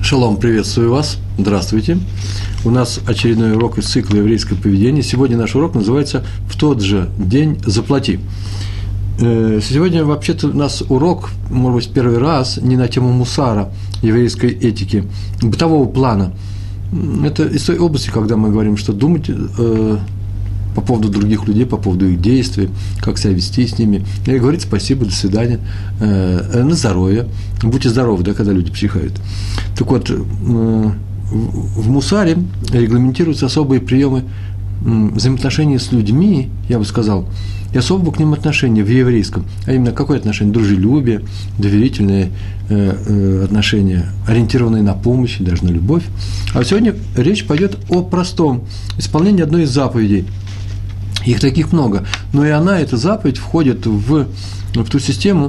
Шалом, приветствую вас, здравствуйте. У нас очередной урок из цикла «Еврейское поведение». Сегодня наш урок называется «В тот же день заплати». Сегодня вообще-то у нас урок, может быть, первый раз, не на тему мусара, еврейской этики, бытового плана. Это из той области, когда мы говорим, что думать по поводу других людей, по поводу их действий, как себя вести с ними, и говорить спасибо, до свидания, на здоровье, будьте здоровы, да, когда люди чихают. Так вот, в мусаре регламентируются особые приемы взаимоотношений с людьми, я бы сказал, и особого к ним отношения в еврейском, а именно какое отношение? Дружелюбие, доверительные отношения, ориентированные на помощь, даже на любовь. А сегодня речь пойдет о простом исполнении одной из заповедей. Их таких много, но и она, эта заповедь, входит в ту систему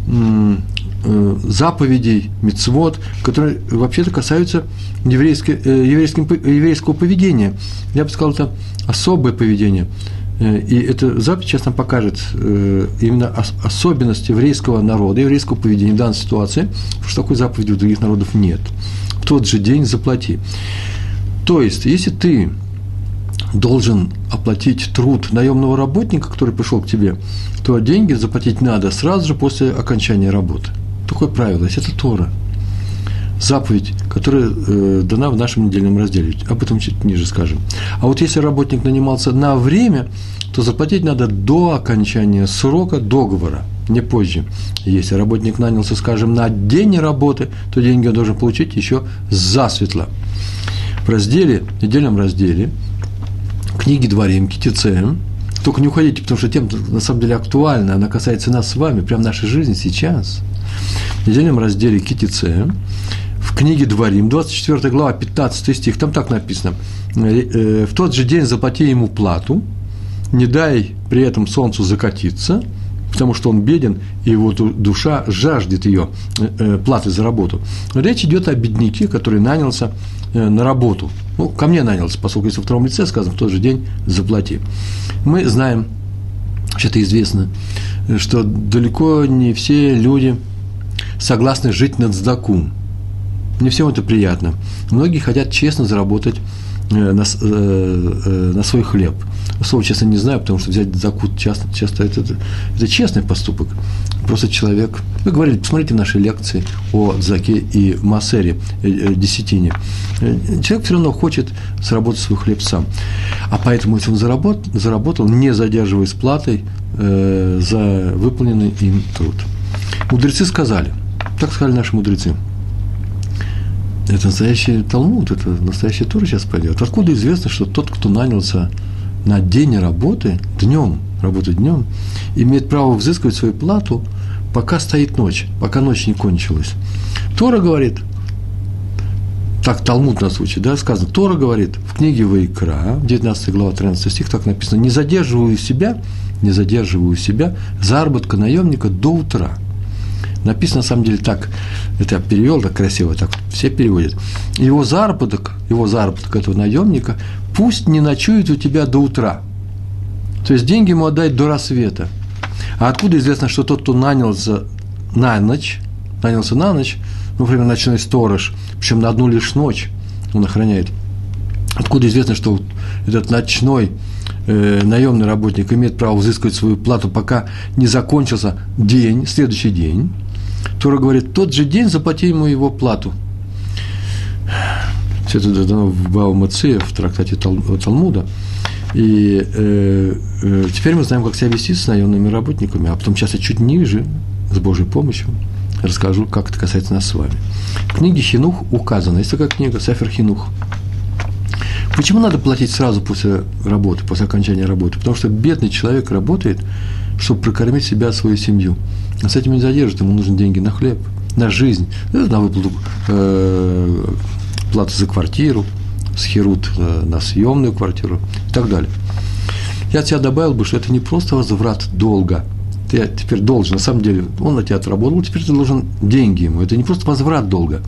заповедей, мицвот, которые вообще-то касаются еврейского поведения. Я бы сказал, это особое поведение. И эта заповедь сейчас нам покажет именно особенность еврейского народа, еврейского поведения в данной ситуации, потому что такой заповеди у других народов нет. В тот же день заплати. То есть, если ты должен оплатить труд наемного работника, который пришел к тебе, то деньги заплатить надо сразу же после окончания работы. Такое правило есть, это Тора. Заповедь, которая дана в нашем недельном разделе. Об этом чуть ниже скажем. А вот если работник нанимался на время, то заплатить надо до окончания срока договора, не позже. Если работник нанялся, скажем, на день работы, то деньги он должен получить еще засветло. В разделе, недельном разделе, книги Дворим, Китицеем. Только не уходите, потому что тема на самом деле актуальна, она касается нас с вами, прямо нашей жизни сейчас. В недельном разделе Китицеем, в книге Дворим, 24 глава, 15 стих, там так написано: «В тот же день заплати ему плату, не дай при этом солнцу закатиться, потому что он беден, и его душа жаждет ее платы за работу». Речь идет о бедняке, который нанялся на работу. Ну, ко мне нанялся, поскольку если во втором лице сказано, в тот же день заплати. Мы знаем, что-то известно, что далеко не все люди согласны жить на цдаку. Не всем это приятно. Многие хотят честно заработать на свой хлеб. Слово честно не знаю, потому что взять цдаку часто это честный поступок. Просто человек... Вы говорили, посмотрите наши лекции о цдаке и маасере, десятине. Человек все равно хочет заработать свой хлеб сам. А поэтому, если он заработал, не задерживая с платой за выполненный им труд. Мудрецы сказали, так сказали наши мудрецы, это настоящий Талмуд, это настоящая Тора сейчас пойдет. Откуда известно, что тот, кто нанялся на день работы, работать днем, имеет право взыскивать свою плату, пока стоит ночь, пока ночь не кончилась? Тора говорит, так Талмуд нас учит, да, сказано, Тора говорит в книге Ваикра, 19 глава, 13 стих, так написано: не задерживаю себя заработка наемника до утра. Написано, на самом деле, так, это я перевел так красиво, так все переводят. Его заработок этого наемника пусть не ночует у тебя до утра. То есть деньги ему отдать до рассвета. А откуда известно, что тот, кто нанялся на ночь, например, ночной сторож, причем на одну лишь ночь он охраняет, откуда известно, что этот ночной наемный работник имеет право взыскивать свою плату, пока не закончился день, следующий день? Тора говорит, тот же день заплати ему его плату. Все это дано в Бава Меция, в трактате Талмуда. И теперь мы знаем, как себя вести с наемными работниками, а потом сейчас я чуть ниже, с Божьей помощью, расскажу, как это касается нас с вами. В книге Хинух указано, есть такая книга, Сефер Хинух. Почему надо платить сразу после работы, после окончания работы? Потому что бедный человек работает, чтобы прокормить себя и свою семью. А с этим не задержит, ему нужны деньги на хлеб, на жизнь, на выплату платы за квартиру, схерут на съемную квартиру и так далее. Я от себя добавил бы, что это не просто возврат долга. Ты теперь должен, на самом деле, он на тебя отработал, теперь ты должен деньги ему. Это не просто возврат долга.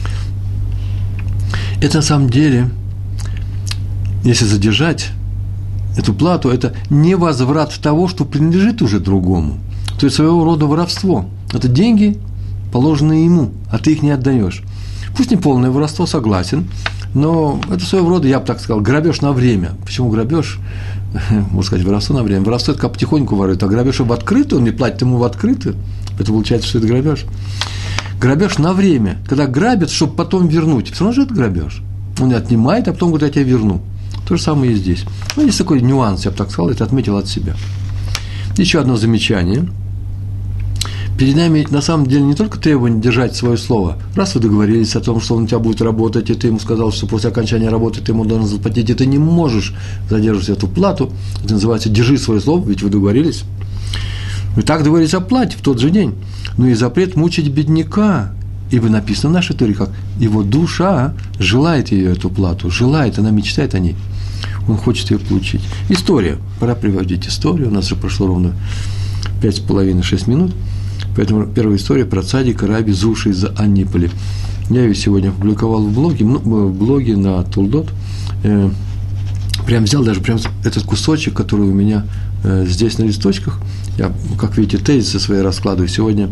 Это на самом деле... Если задержать эту плату, это не возврат того, что принадлежит уже другому. То есть своего рода воровство. Это деньги, положенные ему, а ты их не отдаешь. Пусть не полное воровство, согласен, но это своего рода, я бы так сказал, грабеж на время. Почему грабеж? Можно сказать, воровство на время. Воровство – это как потихоньку ворует, а грабеж в открытую, он не платит ему в открытую. Это получается, что это грабеж. Грабеж на время, когда грабят, чтобы потом вернуть. Все равно же это грабеж. Он отнимает, а потом говорит, я тебе верну. То же самое и здесь. Ну, есть такой нюанс, я бы так сказал, это отметил от себя. Еще одно замечание. Перед нами, на самом деле, не только требование держать свое слово. Раз вы договорились о том, что он у тебя будет работать, и ты ему сказал, что после окончания работы ты ему должен заплатить, и ты не можешь задерживать эту плату, это называется «держи свое слово», ведь вы договорились. Вы так договорились о плате в тот же день. Ну и запрет мучить бедняка, ибо написано в нашей Торе, как его душа желает ее, эту плату, желает, она мечтает о ней. Он хочет ее получить. История. Пора приводить историю. У нас же прошло ровно 5,5-6 минут. Поэтому первая история про цадика Раби Зуши из Аниполи. Я ее сегодня опубликовал в блоге на Толдот. Прям взял даже прям этот кусочек, который у меня здесь на листочках. Я, как видите, тезисы свои раскладываю. Сегодня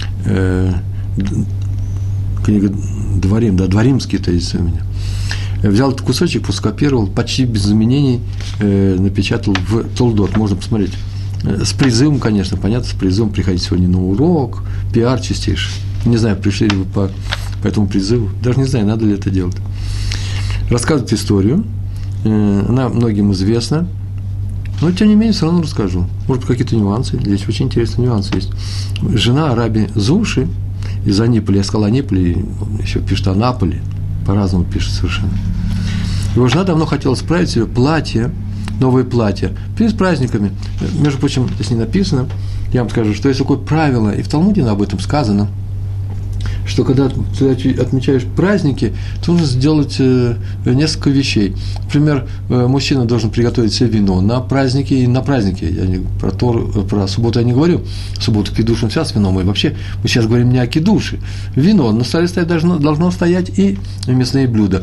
книга Дворим, да, дворимские тезисы у меня. Я взял этот кусочек, скопировал, почти без изменений напечатал в Толдот. Можно посмотреть. С призывом, конечно, понятно, с призывом приходить сегодня на урок, пиар чистейший. Не знаю, пришли ли вы по этому призыву. Даже не знаю, надо ли это делать. Рассказывать историю. Она многим известна. Но, тем не менее, все равно расскажу. Может быть, какие-то нюансы. Здесь очень интересные нюансы есть. Жена Раби Зуши из Аниполи, я сказал Аниполи, еще пишет Анаполи. По-разному пишет совершенно. Его жена давно хотела справить себе платье, новое платье, перед праздниками. Между прочим, здесь не написано, я вам скажу, что есть такое правило, и в Талмуде об этом сказано, что когда ты отмечаешь праздники, то нужно сделать несколько вещей. Например, мужчина должен приготовить себе вино на праздники и на праздники. Я про субботу я не говорю. Субботу кидушем вся с вином. И вообще мы сейчас говорим не о кидуше. Вино на столе должно стоять и мясные блюда.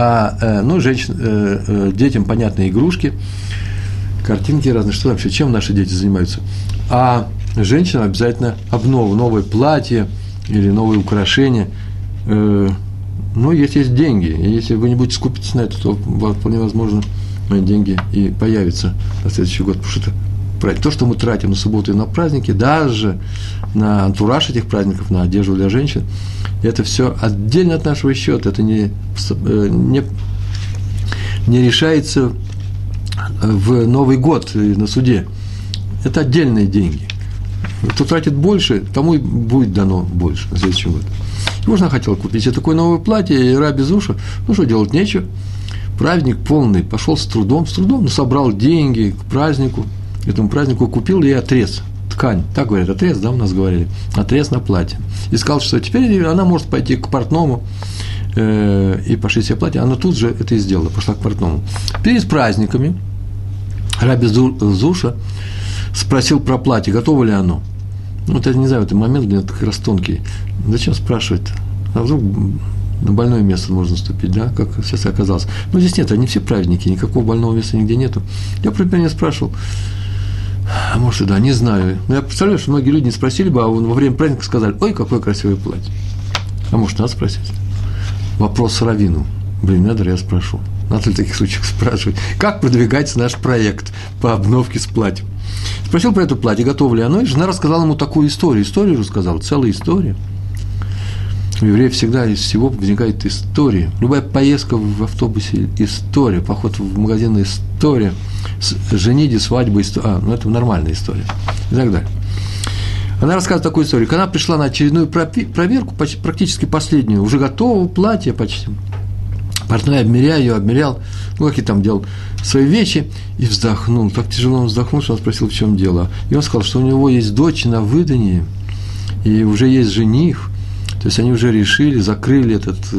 Детям понятные игрушки, картинки разные, что там вообще, чем наши дети занимаются. А женщинам обязательно обнову, новое платье, или новые украшения. Если есть деньги, и если вы не будете скупиться на это, то вполне возможно деньги и появятся на следующий год. Потому что то, что мы тратим на субботу и на праздники, даже на антураж этих праздников, на одежду для женщин, это все отдельно от нашего счета. Это не решается в Новый год на суде. Это отдельные деньги. Кто тратит больше, тому и будет дано больше на следующий год. Его жена хотела купить себе такое новое платье, и Раби Зуша, что делать нечего. Праздник полный, пошел с трудом, но собрал деньги к празднику, этому празднику купил ей отрез, ткань, так говорят, отрез, да, у нас говорили, отрез на платье. И сказал, что теперь она может пойти к портному и пошить себе платье. Она тут же это и сделала, пошла к портному. Перед праздниками Раби Зуша спросил про платье, готово ли оно. Я не знаю, в этот момент для меня как раз тонкий. Зачем спрашивать-то? А вдруг на больное место можно наступить, да, как сейчас оказалось. Здесь нет, они все праведники, никакого больного места нигде нету. Я, например, не спрашивал, а может, и да, не знаю. Но я представляю, что многие люди не спросили бы, а во время праздника сказали, ой, какое красивое платье. А может, надо спросить? Вопрос раввину. Надо ли я спрошу? Надо ли в таких случаях спрашивать? Как продвигается наш проект по обновке с платьем? Спросил про это платье, готово ли оно, и жена рассказала ему такую историю. Историю рассказала, целая история. У евреев всегда из всего возникает история. Любая поездка в автобусе – история, поход в магазин – история, женитьба, свадьба – история. Это нормальная история. И так далее. Она рассказывает такую историю. Когда она пришла на очередную проверку, практически последнюю, уже готово платье почти. Портной обмерял, какие там делал свои вещи, и вздохнул. Так тяжело он вздохнул, что он спросил, в чем дело. И он сказал, что у него есть дочь на выдании, и уже есть жених. То есть они уже решили, закрыли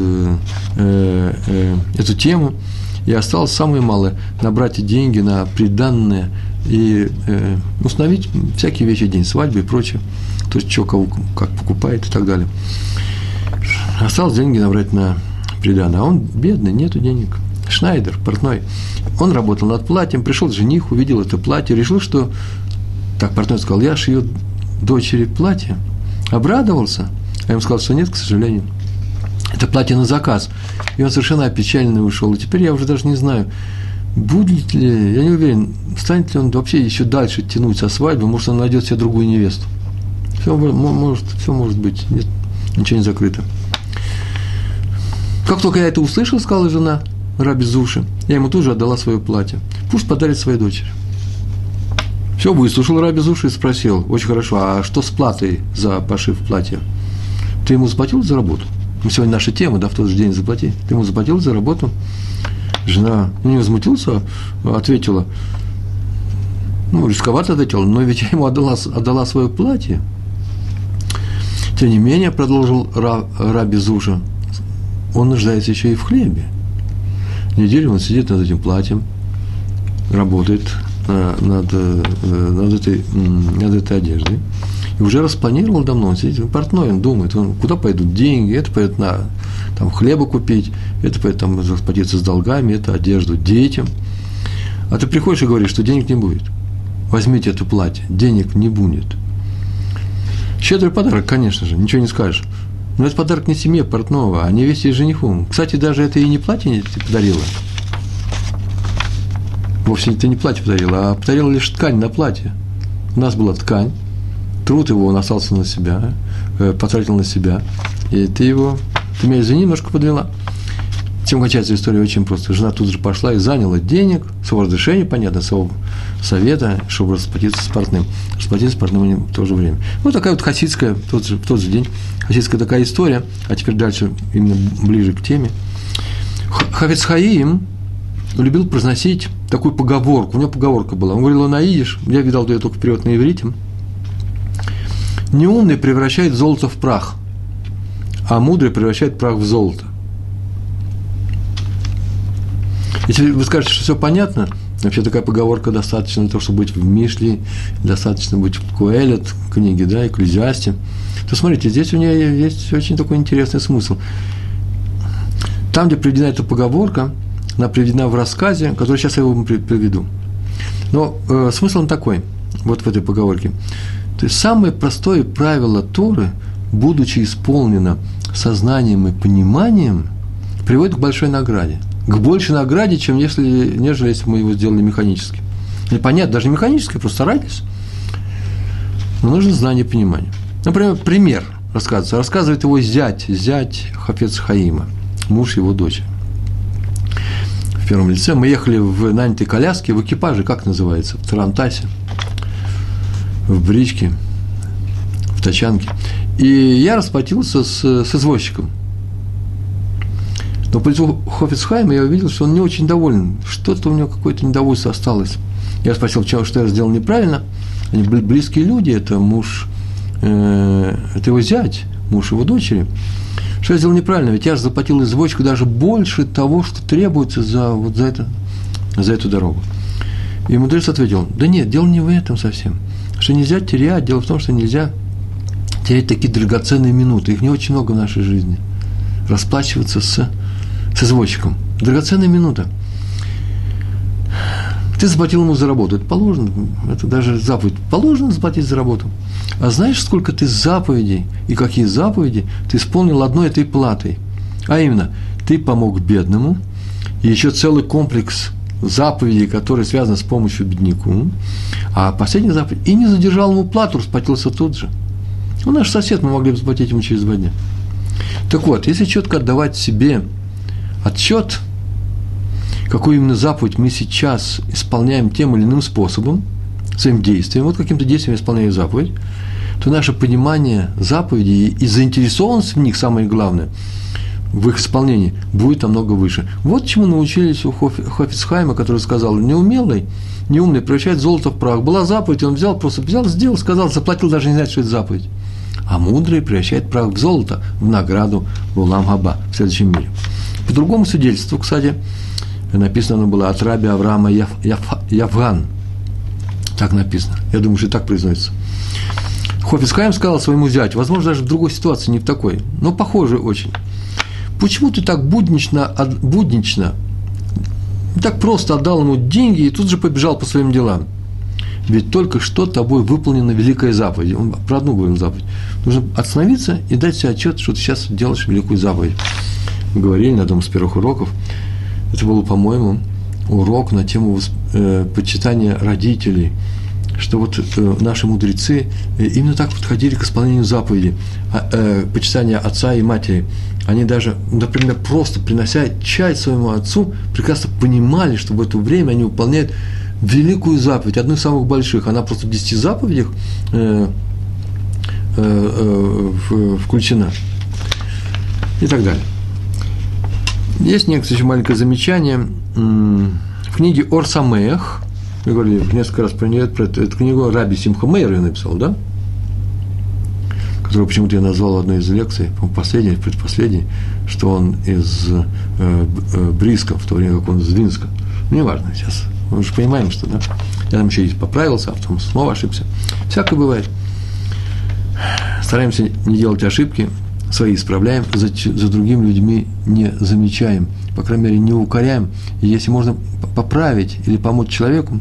эту тему, и осталось самое малое – набрать деньги на приданное и установить всякие вещи, день свадьбы и прочее. То есть, что кого как покупает и так далее. Осталось деньги набрать на приданное. А он бедный, нету денег. Шнайдер, портной. Он работал над платьем, пришел жених, увидел это платье, решил, что… Так, портной сказал, я шью дочери платье. Обрадовался. А я ему сказал, что нет, к сожалению. это платье на заказ. И он совершенно опечаленный ушел. И теперь я уже даже не знаю, будет ли, я не уверен, станет ли он вообще еще дальше тянуть со свадьбы, может, он найдет себе другую невесту. Все может быть, нет, ничего не закрыто. Как только я это услышал, сказала жена Раби Зуши, я ему тоже отдала свое платье. Пусть подарит своей дочери. Все, выслушал Раби Зуши и спросил, очень хорошо, а что с платой за пошив платья? Ты ему заплатил за работу? Сегодня наша тема, да, в тот же день заплати. Ты ему заплатил за работу? Жена, не возмутился, ответила, рисковато ответила, но ведь я ему отдала свое платье. Тем не менее, продолжил Раби Зуша, он нуждается еще и в хлебе. Неделю он сидит над этим платьем, работает над этой одеждой. И уже распланировал давно, он сидит, портной, он думает, куда пойдут деньги, это пойдет на хлеба купить, это пойдет расплатиться с долгами, это одежду детям. А ты приходишь и говоришь, что денег не будет. Возьмите это платье, денег не будет. Щедрый подарок, конечно же, ничего не скажешь. Но это подарок не семье портного, а невесте и жениху. Кстати, даже это и не платье ты подарила. Вовсе ты не платье подарила, а подарила лишь ткань на платье. У нас была ткань, труд его, он остался на себя, потратил на себя, и ты меня, извини, немножко подвела. Тем кончается история очень просто. Жена тут же пошла и заняла денег, своего разрешения, понятно, своего совета, чтобы расплатиться с портным. Расплатиться с портным в то же время. Вот такая вот хасидская, в тот же день, хасидская такая история, а теперь дальше именно ближе к теме. Хафец Хаим любил произносить такую поговорку, у него поговорка была, он говорил на идиш, я видал ее только перевод на иврите, неумный превращает золото в прах, а мудрый превращает прах в золото. Если вы скажете, что все понятно, вообще такая поговорка достаточно для того, чтобы быть в Мишле, достаточно быть в Куэлет, книге, да, Экклезиасте, то смотрите, здесь у нее есть очень такой интересный смысл. Там, где приведена эта поговорка, она приведена в рассказе, который сейчас я вам приведу. Но смысл он такой, вот в этой поговорке. То есть самое простое правило Торы, будучи исполнено сознанием и пониманием, приводит к большой награде. К большей награде, нежели если мы его сделали механически. Или понятно, даже не механически, просто старались. Но нужно знание и понимание. Например, пример рассказывается. Рассказывает его зять Хафец Хаима, муж его дочери. В первом лице мы ехали в нанятой коляске, в экипаже, как называется, в тарантасе, в бричке, в тачанке. И я расплатился с извозчиком. Но по лицу Хафец Хаима я увидел, что он не очень доволен. Что-то у него какое-то недовольство осталось. Я спросил, что я сделал неправильно. Они были близкие люди, это муж, это его зять, муж его дочери. Что я сделал неправильно? Ведь я же заплатил извозчику даже больше того, что требуется за эту дорогу. И мудрец ответил, да нет, дело не в этом совсем. Что нельзя терять, дело в том, что нельзя терять такие драгоценные минуты. Их не очень много в нашей жизни. Расплачиваться с извозчиком. Драгоценная минута. Ты заплатил ему за работу. Это положено. Это даже заповедь. Положено заплатить за работу. А знаешь, сколько ты заповедей и какие заповеди ты исполнил одной этой платой? А именно, ты помог бедному, и еще целый комплекс заповедей, которые связаны с помощью бедняку. А последняя заповедь, и не задержал ему плату, расплатился тут же. Он наш сосед, мы могли бы заплатить ему через 2 дня. Так вот, если четко отдавать себе отчет, какую именно заповедь мы сейчас исполняем тем или иным способом, своим действием, вот каким-то действием исполняем заповедь, то наше понимание заповедей и заинтересованность в них, самое главное, в их исполнении, будет намного выше. Вот чему научились у Хафец Хаима, который сказал, неумелый, неумный превращает золото в прах. Была заповедь, он просто взял, сделал, сказал, заплатил, даже не знает, что это заповедь. А мудрый превращает прах в золото, в награду в Улам Хаба, в следующем мире. По другому свидетельству, кстати, написано оно было от раби Авраама Явган. Так написано. Я думаю, что и так произносится. Хафец Хаим сказал своему зятю, возможно, даже в другой ситуации, не в такой, но похоже очень. Почему ты так буднично, так просто отдал ему деньги и тут же побежал по своим делам? ведь только что тобой выполнена великая заповедь. Он про одну говорил заповедь. Нужно остановиться и дать себе отчет, что ты сейчас делаешь великую заповедь. Мы говорили на одном из первых уроков, это был, по-моему, урок на тему почитания родителей, что вот наши мудрецы именно так подходили к исполнению заповеди, почитания отца и матери. Они даже, например, просто принося чай своему отцу, прекрасно понимали, что в это время они выполняют великую заповедь, одну из самых больших. Она просто в 10 заповедях включена. И так далее. Есть некоторое еще маленькое замечание. В книге Ор Самеах, мы говорили несколько раз про нее, про эту книгу Раби Симха Меир я написал, да? Которую почему-то я назвал одной из лекций, по-моему, последней, предпоследней, что он из Бриска, в то время как он из Двинска. Ну, неважно, сейчас мы уже понимаем, что, да? Я там еще и поправился, а потом снова ошибся. Всякое бывает. Стараемся не делать ошибки, свои исправляем, за другими людьми не замечаем, по крайней мере, не укоряем. И если можно поправить или помочь человеку,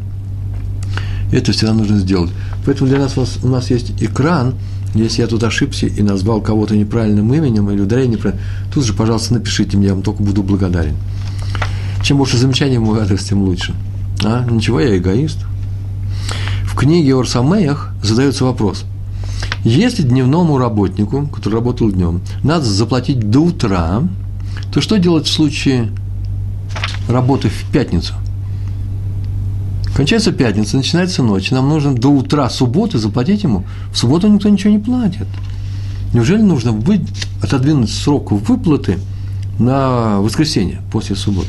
это всегда нужно сделать. Поэтому для нас у нас есть экран. Если я тут ошибся и назвал кого-то неправильным именем или ударение неправильно, тут же, пожалуйста, напишите мне, я вам только буду благодарен. Чем больше замечаний в мой адрес, тем лучше. Ничего, я эгоист. В книге Ор Самеах задается вопрос. Если дневному работнику, который работал днем, надо заплатить до утра, то что делать в случае работы в пятницу? Кончается пятница, начинается ночь, нам нужно до утра субботы заплатить ему. В субботу никто ничего не платит. Неужели нужно отодвинуть срок выплаты на воскресенье после субботы?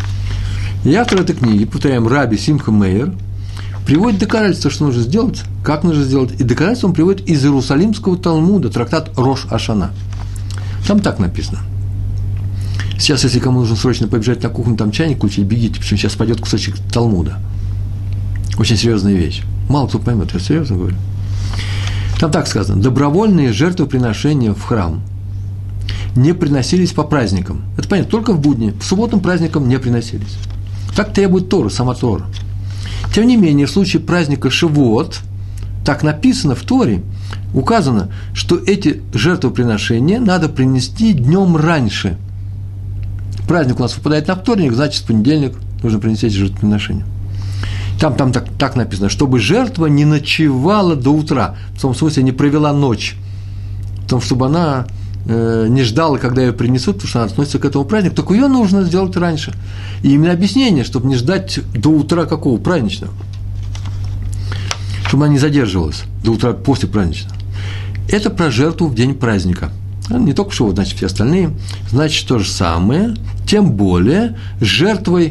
И автор этой книги, повторяем, Раби Симха Меир, приводит доказательства, что нужно сделать, как нужно сделать. И доказательства он приводит из Иерусалимского Талмуда, трактат Рош Ашана. Там так написано. Сейчас, если кому нужно срочно побежать на кухню, там чайник включить, бегите, потому что сейчас пойдет кусочек Талмуда. Очень серьезная вещь. Мало кто поймет, я серьезно говорю. Там так сказано. Добровольные жертвоприношения в храм не приносились по праздникам. Это понятно, только в будни. По субботам праздникам не приносились. Так требует Тора, сама Тора. Тем не менее, в случае праздника Шавуот, так написано в Торе, указано, что эти жертвоприношения надо принести днем раньше. Праздник у нас выпадает на вторник, значит, в понедельник нужно принести эти жертвоприношения. Там так написано, чтобы жертва не ночевала до утра, в том смысле не провела ночь, в том, чтобы она не ждала, когда ее принесут, потому что она относится к этому празднику, только ее нужно сделать раньше. И именно объяснение, чтобы не ждать до утра какого праздничного, чтобы она не задерживалась до утра после праздничного. Это про жертву в день праздника. Не только что, значит, все остальные. Значит, то же самое, тем более с жертвой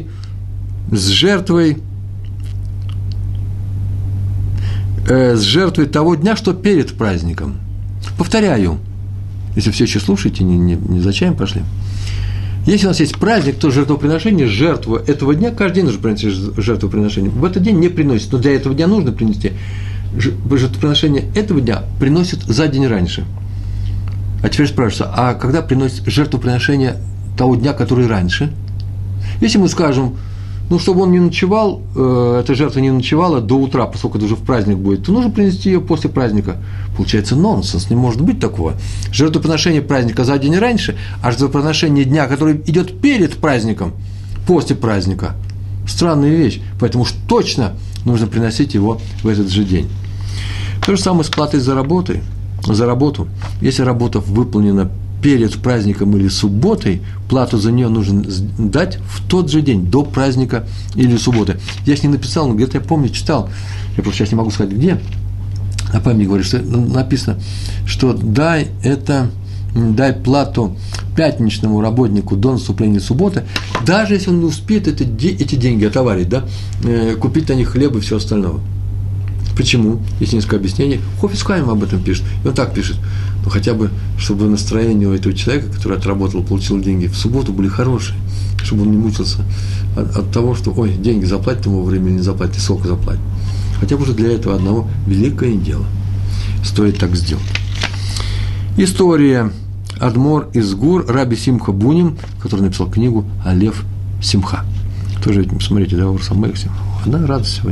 того дня, что перед праздником. Повторяю, если все еще слушаете, не за чаем пошли. Если у нас есть праздник, то жертвоприношение, жертва этого дня, каждый день нужно принести жертвоприношение. В этот день не приносит, но для этого дня нужно принести. Жертвоприношение этого дня приносит за день раньше. А теперь спрашивается, а когда приносит жертвоприношение того дня, который раньше? Если мы скажем, чтобы он не ночевал, эта жертва не ночевала до утра, поскольку это уже в праздник будет, то нужно принести ее после праздника. Получается нонсенс, не может быть такого. Жертвоприношение праздника за день раньше, а жертвоприношение дня, который идет перед праздником, после праздника. Странная вещь, поэтому уж точно нужно приносить его в этот же день. То же самое с платой за работу. Если работа выполнена перед праздником или субботой, плату за нее нужно дать в тот же день, до праздника или субботы. Я с ней написал, но где-то я помню, читал, я просто сейчас не могу сказать, где, на память говорю, что написано, что дай плату пятничному работнику до наступления субботы, даже если он не успеет эти деньги отоварить, да, купить на них хлеб и все остальное. Почему? Есть несколько объяснений. Хофец Хаим об этом пишет. И он так пишет. Хотя бы, чтобы настроение у этого человека, который отработал, получил деньги в субботу, были хорошие. Чтобы он не мучился от того, что, деньги заплатить ему время или не заплатить, и сколько заплатить. Хотя бы уже для этого одного великое дело. Стоит так сделать. История Адмор из Гур, Раби Симха Буним, который написал книгу «Алев Симха». Тоже, посмотрите, да, Ор Самеах. Одна радость сегодня.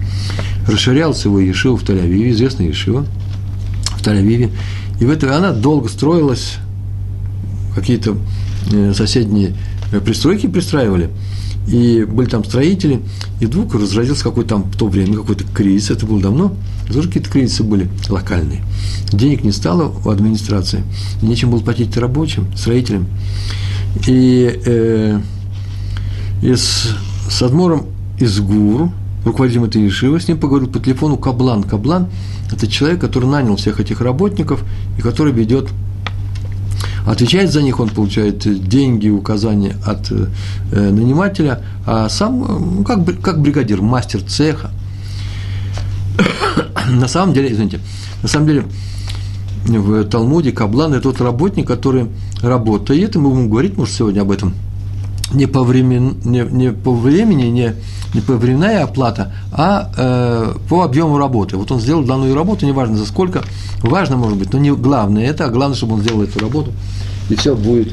Расширялся его ешива в Тель-Авиве, известная ешива в Тель-Авиве. И в этой она долго строилась, какие-то соседние пристройки пристраивали, и были там строители, и вдруг разразился какой-то там в то время какой-то кризис, это было давно, тоже какие-то кризисы были локальные. Денег не стало у администрации, нечем было платить рабочим, строителям. И с адмором из ГУР, руководителем этой ешивы, с ним поговорил по телефону Каблан. Каблан – это человек, который нанял всех этих работников и который отвечает за них, он получает деньги, указания от нанимателя, а сам как бригадир, мастер цеха. На самом деле, в Талмуде Каблан – это тот работник, который работает, и мы будем говорить, может, сегодня об этом, не по временная оплата, а по объему работы. Вот он сделал данную работу, неважно за сколько, важно, может быть, но не главное это, а главное, чтобы он сделал эту работу, и все будет.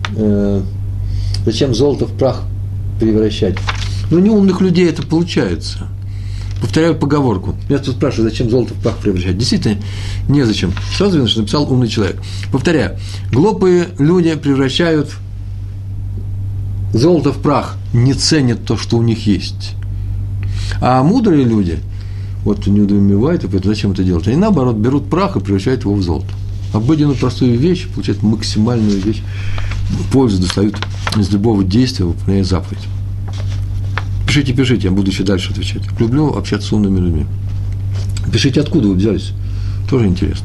Зачем золото в прах превращать? Ну, не умных людей это получается. Повторяю поговорку. Меня тут спрашивают, зачем золото в прах превращать. Действительно, незачем. Сразу видно, что написал умный человек. Повторяю, глупые люди превращают золото в прах, не ценят то, что у них есть. А мудрые люди, вот недоумевают, и поэтому зачем это делать? Они, наоборот, берут прах и превращают его в золото. Обыденную простую вещь, получают максимальную вещь, пользу достают из любого действия, выполняя заповедь. Пишите, я буду еще дальше отвечать. Люблю общаться с умными людьми. Пишите, откуда вы взялись. Тоже интересно.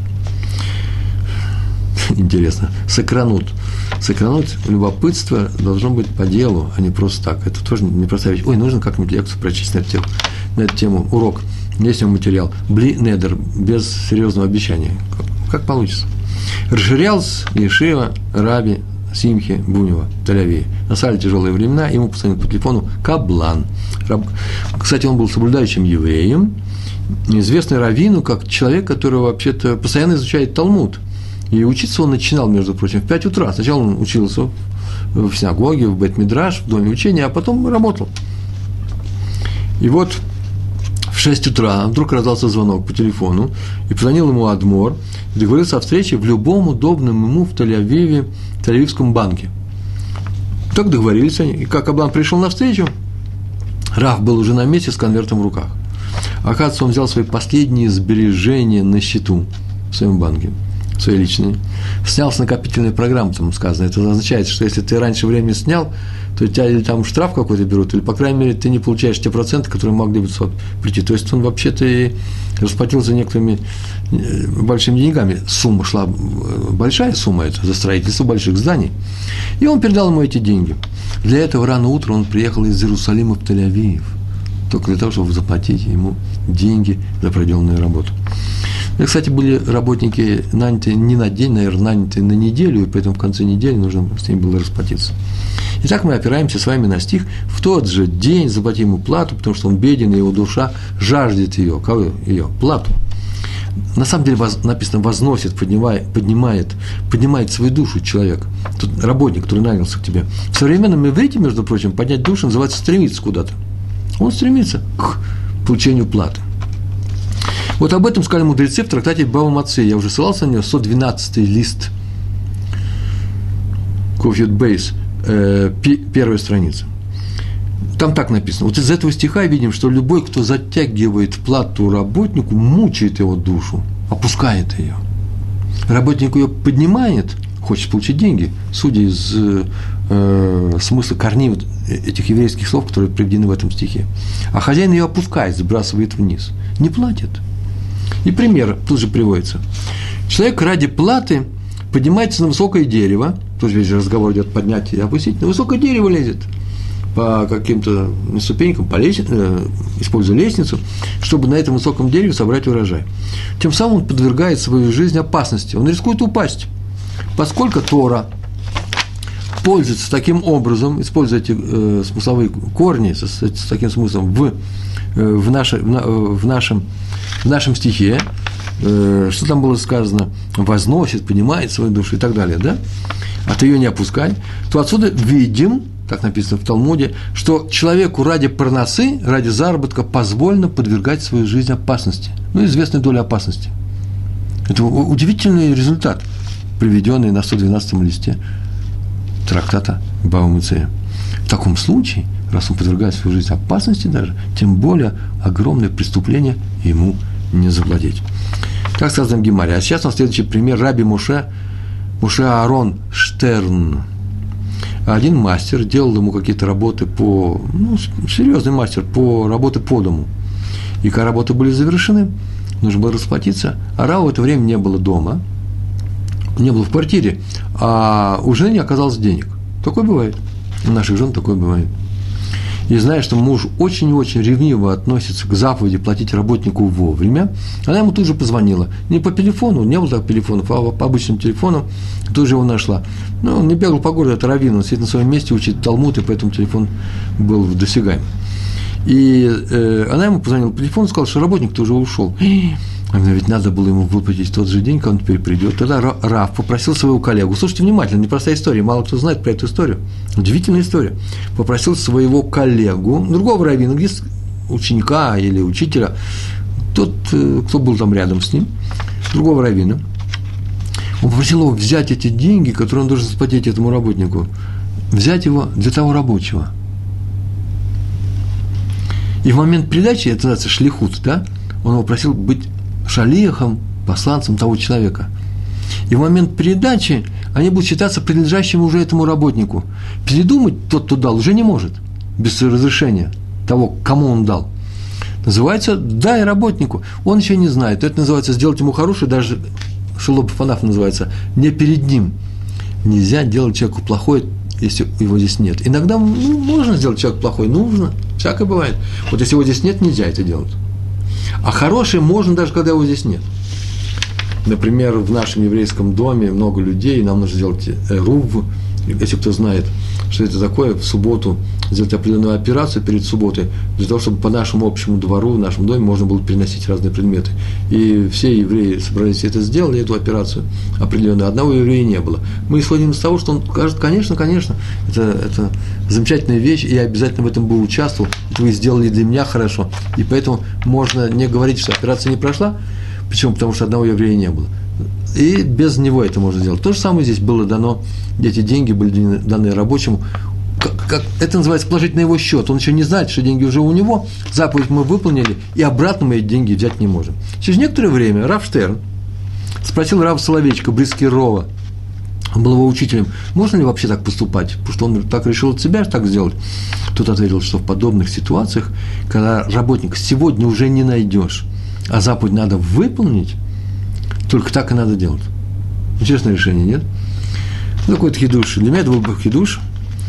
Интересно. Сокрануть любопытство должно быть по делу, а не просто так. Это тоже непростая вещь. Ой, нужно как-нибудь лекцию прочесть на эту тему. Урок. Есть у него материал. Бли недер, без серьезного обещания. Как получится. Расширялся ешива Раби Симхи Бунева в Тель-Авиве. Настали тяжелые времена, ему позвонил по телефону Каблан. Кстати, он был соблюдающим евреем, известный раввину, как человек, который вообще-то постоянно изучает Талмуд. И учиться он начинал, между прочим, в 5 утра. Сначала он учился в синагоге, в Бейт-Мидраш, в доме учения, а потом работал. И вот в 6 утра вдруг раздался звонок по телефону, и позвонил ему адмор, и договорился о встрече в любом удобном ему в Тель-Авиве, в Тель-Авивском банке. Так договорились они. И как Каблан пришел на встречу, Рав был уже на месте с конвертом в руках. Оказывается, он взял свои последние сбережения на счету в своем банке, свои личные, снял с накопительной программы, там сказано. Это означает, что если ты раньше времени снял, то у тебя или там штраф какой-то берут, или, по крайней мере, ты не получаешь те проценты, которые могли бы прийти. То есть он вообще-то и расплатился некоторыми большими деньгами. Сумма шла, большая сумма это, за строительство больших зданий. И он передал ему эти деньги. Для этого рано утром он приехал из Иерусалима в Тель-Авив, только для того, чтобы заплатить ему деньги за проделанную работу. И, кстати, были работники наняты не на день, наверное, наняты на неделю, и поэтому в конце недели нужно с ними было расплатиться. Итак, мы опираемся с вами на стих: в тот же день заплати ему плату, потому что он беден, и его душа жаждет ее. Кого ее? Плату. На самом деле написано возносит, поднимает свою душу человек, тот работник, который нанялся к тебе. В современном иврите, между прочим, поднять душу называется стремиться куда-то. Он стремится к получению платы. Вот об этом сказали мудрецы в трактате Бава Маци. Я уже ссылался на него, 112-й лист, Кофьют Бейс, первая страница. Там так написано. Вот из этого стиха видим, что любой, кто затягивает плату работнику, мучает его душу, опускает ее. Работник ее поднимает, хочет получить деньги, судя из смысла корней вот этих еврейских слов, которые приведены в этом стихе. А хозяин ее опускает, сбрасывает вниз. Не платит. И пример тут же приводится. Человек ради платы поднимается на высокое дерево, тут весь разговор идет поднять и опустить, на высокое дерево лезет по каким-то ступенькам, используя лестницу, чтобы на этом высоком дереве собрать урожай. Тем самым он подвергает свою жизнь опасности, он рискует упасть, поскольку Тора пользуется таким образом, используя эти смысловые корни с таким смыслом в нашем стихе, что там было сказано, возносит, поднимает свою душу и так далее, да? а ты ее не опускай, то отсюда видим, так написано в Талмуде, что человеку ради парносы, ради заработка позволено подвергать свою жизнь опасности, известной доле опасности. Это удивительный результат, приведенный на 112-м листе трактата Бава Меция. В таком случае, раз он подвергает свою жизнь опасности даже, тем более огромное преступление ему не завладеть. Так сказано в Гемаре. А сейчас у нас следующий пример. Раби Моше Аарон Штерн. Один мастер делал ему какие-то работы серьезный мастер, по работе по дому. И когда работы были завершены, нужно было расплатиться, а Рава в это время не было дома, не было в квартире, а у жены не оказалось денег. Такое бывает. У наших жен такое бывает. И зная, что муж очень и очень ревниво относится к заповеди платить работнику вовремя, она ему тут же позвонила. Не по телефону, не было так телефонов, а по обычному телефону, тут же его нашла. Он не бегал по городу, это раввин, он сидит на своем месте, учит Талмуд, и поэтому телефон был досягаем. И она ему позвонила по телефону, сказала, что работник-то уже ушел. Ведь надо было ему выплатить тот же день, когда он теперь придет. Тогда Рав попросил своего коллегу, слушайте внимательно, непростая история, мало кто знает про эту историю, удивительная история. Попросил своего коллегу, другого раввина, ученика или учителя, тот, кто был там рядом с ним, другого раввина, он попросил его взять эти деньги, которые он должен заплатить этому работнику, взять его для того рабочего. И в момент передачи, это называется шлихут, да, он его просил быть шалихом, посланцем того человека. И в момент передачи они будут считаться принадлежащими уже этому работнику. Передумать тот, кто дал, уже не может, без разрешения того, кому он дал. Называется «дай работнику». Он еще не знает. Это называется «сделать ему хорошее», даже Шелоб Фанаф называется «не перед ним». Нельзя делать человеку плохое, если его здесь нет. Иногда можно сделать человеку плохое, нужно, всякое бывает. Вот если его здесь нет, нельзя это делать. А хорошее можно даже, когда его здесь нет. Например, в нашем еврейском доме много людей, нам нужно сделать эрув, если кто знает, что это такое, в субботу сделать определенную операцию перед субботой, для того, чтобы по нашему общему двору, в нашем доме можно было переносить разные предметы. И все евреи собрались это сделали, эту операцию определенную. Одного еврея не было. Мы исходим из того, что он скажет, конечно, это замечательная вещь, и я обязательно в этом бы участвовал, это вы сделали для меня хорошо. И поэтому можно не говорить, что операция не прошла. Почему? Потому что одного еврея не было. И без него это можно сделать. То же самое здесь было дано, эти деньги были даны рабочему. Это называется положить на его счет. Он еще не знает, что деньги уже у него. Заповедь мы выполнили, и обратно мы эти деньги взять не можем. Через некоторое время Рав Штерн спросил Рава Соловейчика, близкий Рова, он был его учителем, можно ли вообще так поступать, потому что он так решил от себя так сделать. Тот ответил, что в подобных ситуациях, когда работника сегодня уже не найдешь, а заповедь надо выполнить, только так и надо делать. Интересное решение, нет? Такой-то хидуш. Для меня это был бы хидуш.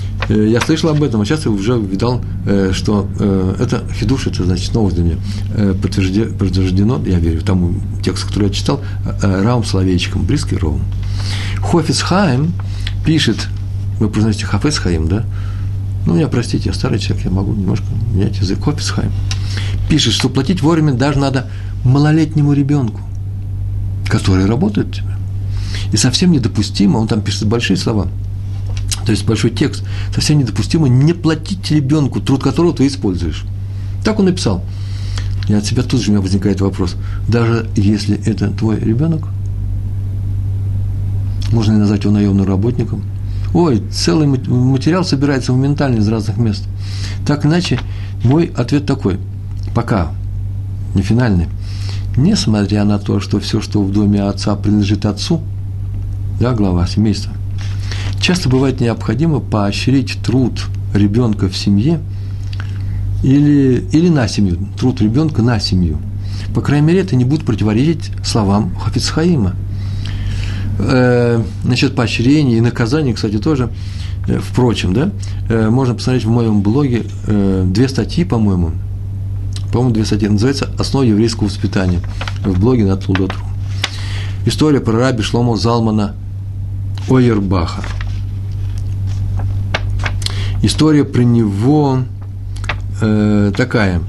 Я слышал об этом, а сейчас я уже видал, что это хидуш, это значит новость для меня. Подтверждено, я верю, тому тексту, который я читал, Равом Соловейчиком, близкий Ровом. Хофец Хаим пишет, вы произносите Хафец Хаим, да? Меня простите, я старый человек, я могу немножко менять язык. Хофец Хаим пишет, что платить вовремя даже надо малолетнему ребенку, который работает у тебя. И совсем недопустимо, он там пишет большие слова, то есть большой текст, совсем недопустимо не платить ребенку, труд которого ты используешь. Так он написал. И от себя тут же у меня возникает вопрос, даже если это твой ребенок, можно ли назвать его наемным работником? Ой, целый материал собирается моментально из разных мест. Так иначе, мой ответ такой, пока не финальный. Несмотря на то, что все, что в доме отца, принадлежит отцу, да, глава семейства, часто бывает необходимо поощрить труд ребенка в семье или на семью, труд ребенка на семью. По крайней мере, это не будет противоречить словам Хафец Хаима. Насчет поощрения и наказания, кстати, тоже, впрочем, да, можно посмотреть в моем блоге 2 статьи, по-моему, 2 статьи, называется «Основа еврейского воспитания» в блоге на Тлудот.ру. История про раби Шломо Залмана Ойербаха. История про него такая,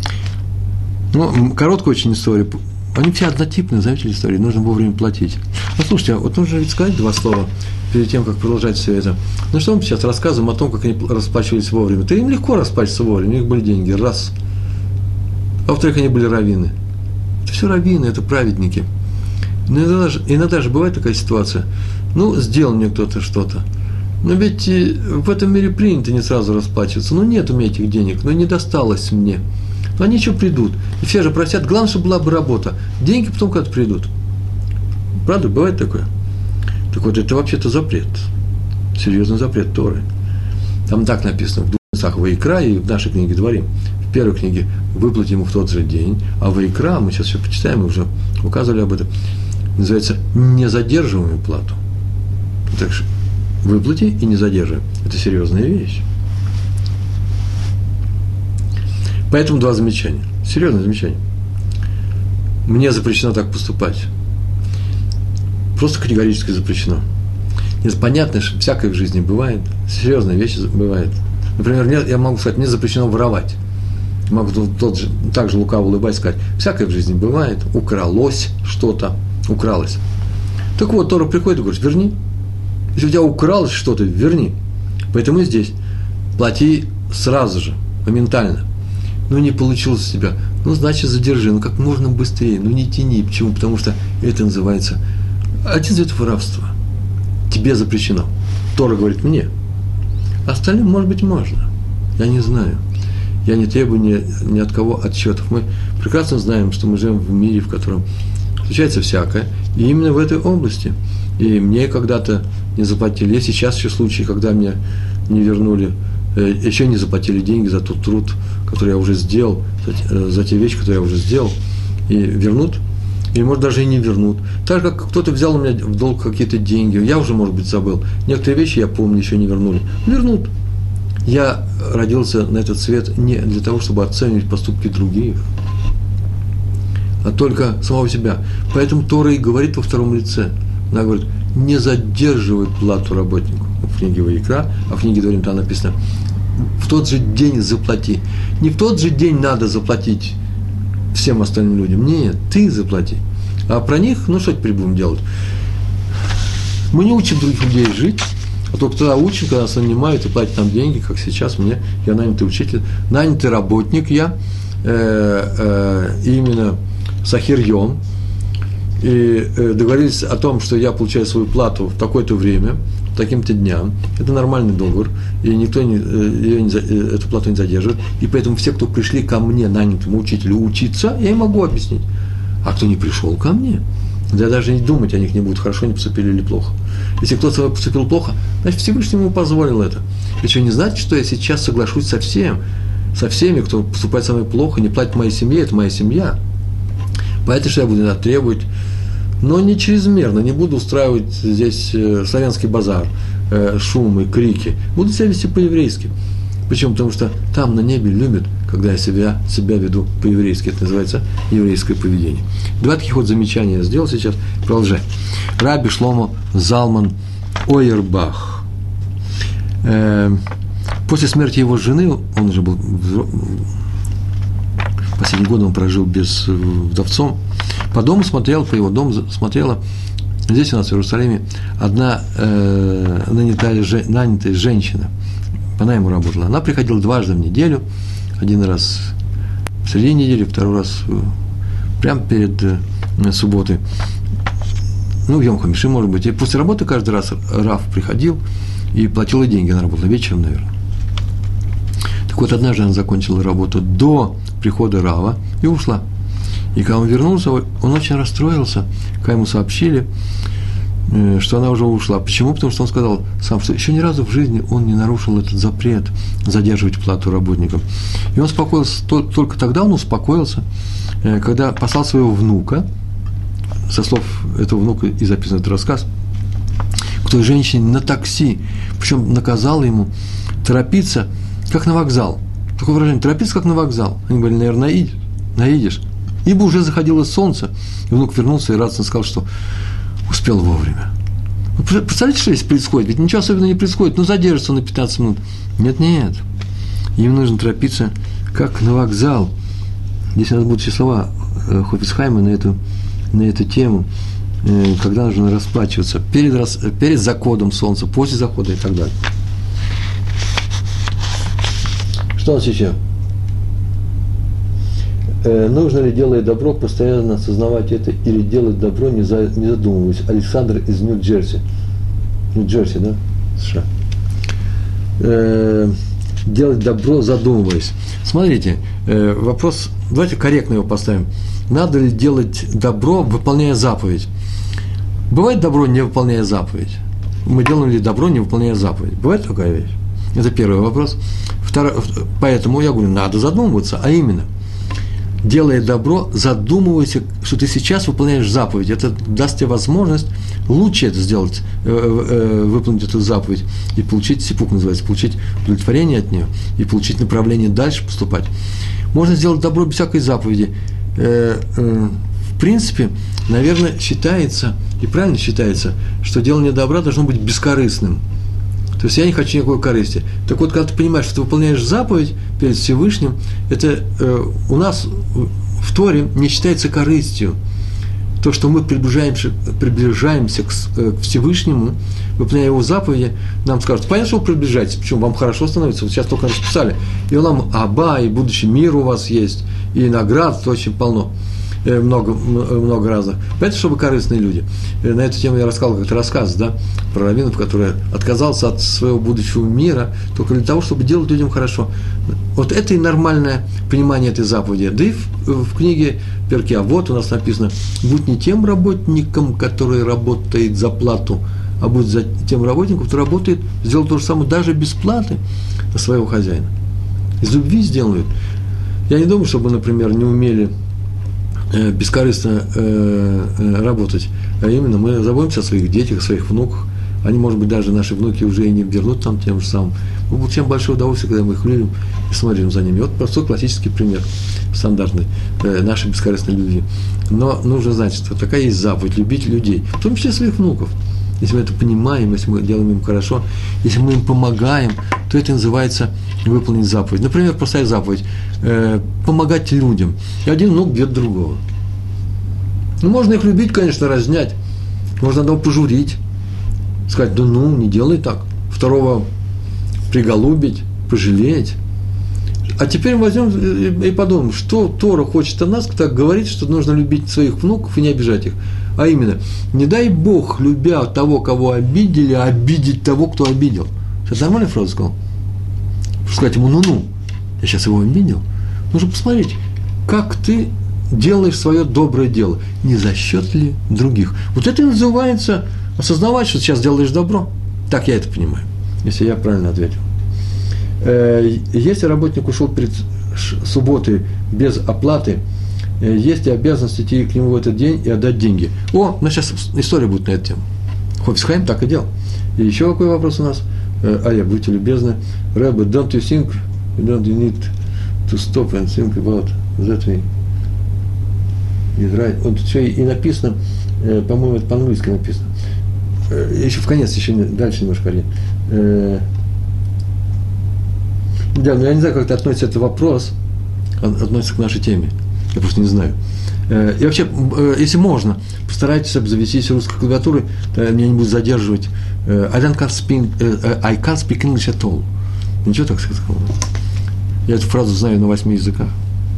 короткая очень история, они все однотипные, знаете, истории, нужно вовремя платить. Послушайте, вот нужно ведь сказать два слова перед тем, как продолжать все это. Ну что мы сейчас рассказываем о том, как они расплачивались вовремя? То им легко расплачиваться вовремя, у них были деньги, раз. А во-вторых, они были раввины. Это все раввины, это праведники. Но иногда же бывает такая ситуация. Ну, сделал мне кто-то что-то. Но ведь в этом мире принято не сразу расплачиваться. Ну, нет у меня этих денег, но не досталось мне. Но они еще придут. И все же просят, главное, чтобы была бы работа. Деньги потом когда-то придут. Правда, бывает такое? Так вот, это вообще-то запрет. Серьезный запрет Торы. Там так написано в двух местах Ваикра и в нашей книге Дворим. В первой книге выплати ему в тот же день, а Ваикра, мы сейчас все почитаем, мы уже указывали об этом, называется «не задерживаем плату». Так что выплати и не задерживаем. Это серьезная вещь. Поэтому два замечания. Серьезное замечание. Мне запрещено так поступать. Просто категорически запрещено. Нет, понятно, что всякое в жизни бывает, серьезные вещи бывают. Например, я могу сказать, мне запрещено воровать. Могу так же лукаво улыбаясь сказать, всякое в жизни бывает, укралось что-то, укралось. Так вот, Тора приходит и говорит, верни. Если у тебя укралось что-то, верни. Поэтому и здесь плати сразу же, моментально. Ну, не получилось у тебя, ну, значит, задержи, ну, как можно быстрее, ну, не тяни. Почему? Потому что это называется один из видов воровства. Тебе запрещено. Тора говорит мне. Остальным, может быть, можно. Я не знаю. Я не требую ни от кого отчетов. Мы прекрасно знаем, что мы живем в мире, в котором случается всякое, и именно в этой области. И мне когда-то не заплатили. Есть сейчас еще случаи, когда мне не вернули, еще не заплатили деньги за тот труд, который я уже сделал, за те вещи, которые я уже сделал, и вернут, или, может, даже и не вернут. Так как кто-то взял у меня в долг какие-то деньги, я уже, может быть, забыл. Некоторые вещи, я помню, еще не вернули. Вернут. Я родился на этот свет не для того, чтобы оценивать поступки других, а только самого себя. Поэтому Тора и говорит во втором лице. Она говорит, не задерживай плату работнику. В книге Ваикра, а в книге Дворим там написано, в тот же день заплати. Не в тот же день надо заплатить всем остальным людям. Нет, ты заплати. А про них, ну что теперь будем делать? Мы не учим других людей жить, а только тогда учим, когда нас нанимают и платят нам деньги, как сейчас мне, я нанятый учитель, нанятый работник я, именно сахирьем, и договорились о том, что я получаю свою плату в такое-то время, таким-то дням. Это нормальный договор, и никто эту плату не задерживает. И поэтому все, кто пришли ко мне, нанятому учителю, учиться, я им могу объяснить. А кто не пришел ко мне, я даже не думать о них не будет, хорошо они поступили или плохо. Если кто-то поступил плохо, значит, Всевышний ему позволил это. Еще не значит, что я сейчас соглашусь со всеми, кто поступает со мной плохо, не платит моей семье, это моя семья. Поэтому что я буду требовать, но не чрезмерно, не буду устраивать здесь славянский базар, шум и крики. Буду себя вести по-еврейски. Почему? Потому что там на небе любят, когда я себя веду по-еврейски. Это называется еврейское поведение. Два таких вот замечания я сделал сейчас. Продолжаем. Раби Шломо Залман Ойербах. После смерти его жены, он уже был последние годы он прожил без вдовцом, по его дому смотрела, здесь у нас в Иерусалиме, одна нанятая женщина, она ему работала, она приходила дважды в неделю, один раз в середине недели, второй раз прямо перед субботой, ну, в Йом Хамиши, может быть, и после работы каждый раз Рав приходил и платил ей деньги, она работала вечером, наверное. Так вот, однажды она закончила работу до прихода Рава и ушла. И когда он вернулся, он очень расстроился, когда ему сообщили, что она уже ушла. Почему? Потому что он сказал сам, что еще ни разу в жизни он не нарушил этот запрет задерживать плату работникам. И он успокоился, только тогда он успокоился, когда послал своего внука, со слов этого внука и записан этот рассказ, к той женщине на такси, причем наказал ему торопиться, как на вокзал. Такое выражение, торопиться, как на вокзал. Они говорили, наверное, наедешь. Ибо уже заходило солнце. И внук вернулся и радостно сказал, что успел вовремя. Вы представляете, что здесь происходит? Ведь ничего особенного не происходит. Ну, задержится на 15 минут. Нет. Им нужно торопиться, как на вокзал. Здесь у нас будут еще слова Хофец Хайма на эту тему. когда нужно расплачиваться перед заходом солнца, после захода и так далее. Что у нас еще? Нужно ли, делая добро, постоянно осознавать это, или делать добро, не задумываясь? Александр из Нью-Джерси. Нью-Джерси, да? США. Делать добро, задумываясь. Смотрите, вопрос, давайте корректно его поставим. Надо ли делать добро, выполняя заповедь? Бывает добро, не выполняя заповедь? Мы делаем ли добро, не выполняя заповедь? Бывает такая вещь? Это первый вопрос. Поэтому я говорю, надо задумываться, а именно, делая добро, задумывайся, что ты сейчас выполняешь заповедь. Это даст тебе возможность лучше это сделать, выполнить эту заповедь и получить сипук, называется, получить удовлетворение от нее и получить направление дальше поступать. Можно сделать добро без всякой заповеди. В принципе, наверное, считается, и правильно считается, что делание добра должно быть бескорыстным. То есть я не хочу никакой корысти. Так вот, когда ты понимаешь, что ты выполняешь заповедь перед Всевышним, это у нас в Торе не считается корыстью. То, что мы приближаемся к Всевышнему, выполняя его заповеди, нам скажут, понятно, что вы приближаетесь, почему? Вам хорошо становится, вот сейчас только расписали. И Олам Аба, и будущий мир у вас есть, и наград очень полно. Много разных. Поэтому, чтобы корыстные люди. На эту тему я рассказал как-то рассказ, да, про раввинов, который отказался от своего будущего мира только для того, чтобы делать людям хорошо. Вот это и нормальное понимание этой заповеди. Да и в книге Перкей Авот у нас написано: будь не тем работником, который работает за плату, а будь за тем работником, который работает, сделал то же самое даже без платы на своего хозяина. Из любви сделают. Я не думаю, чтобы, например, не умели бескорыстно работать, а именно мы заботимся о своих детях, о своих внуках. Они, может быть, даже наши внуки уже и не вернут там тем же самым. Мы получаем большое удовольствие, когда мы их любим и смотрим за ними. Вот простой классический пример, стандартный, нашей бескорыстной любви. Но нужно знать, что такая есть заповедь – любить людей, в том числе своих внуков. Если мы это понимаем, если мы делаем им хорошо, если мы им помогаем, то это называется выполнить заповедь. Например, простая заповедь – помогать людям. И один внук бьет другого. Ну, можно их любить, конечно, разнять. Можно одного пожурить, сказать, да ну, не делай так. Второго приголубить, пожалеть. А теперь возьмем и подумаем, что Тора хочет от нас, когда говорит, что нужно любить своих внуков и не обижать их. А именно, не дай Бог, любя того, кого обидели, обидеть того, кто обидел. Это нормальная фраза сказал? Сказать ему, ну-ну, я сейчас его обидел. Нужно посмотреть, как ты делаешь свое доброе дело, не за счет ли других. Вот это и называется осознавать, что сейчас делаешь добро. Так я это понимаю, если я правильно ответил. Если работник ушел перед субботой без оплаты, есть ли обязанность идти к нему в этот день и отдать деньги? О, у нас сейчас история будет на эту тему. Хофец Хаим так и делал. И еще какой вопрос у нас? Будьте любезны. Рэбе, don't you need to stop and think about that way? Израиль. Вот все и написано, по-моему, это по-английски написано. Еще в конец, еще дальше немножко. Да, но я не знаю, как это относится этот вопрос, относится к нашей теме. Я просто не знаю. И вообще, если можно, постарайтесь обзавестись русской клавиатурой, тогда меня не будет задерживать. I can't speak English at all. Ничего так сказал. Я эту фразу знаю на 8 языках.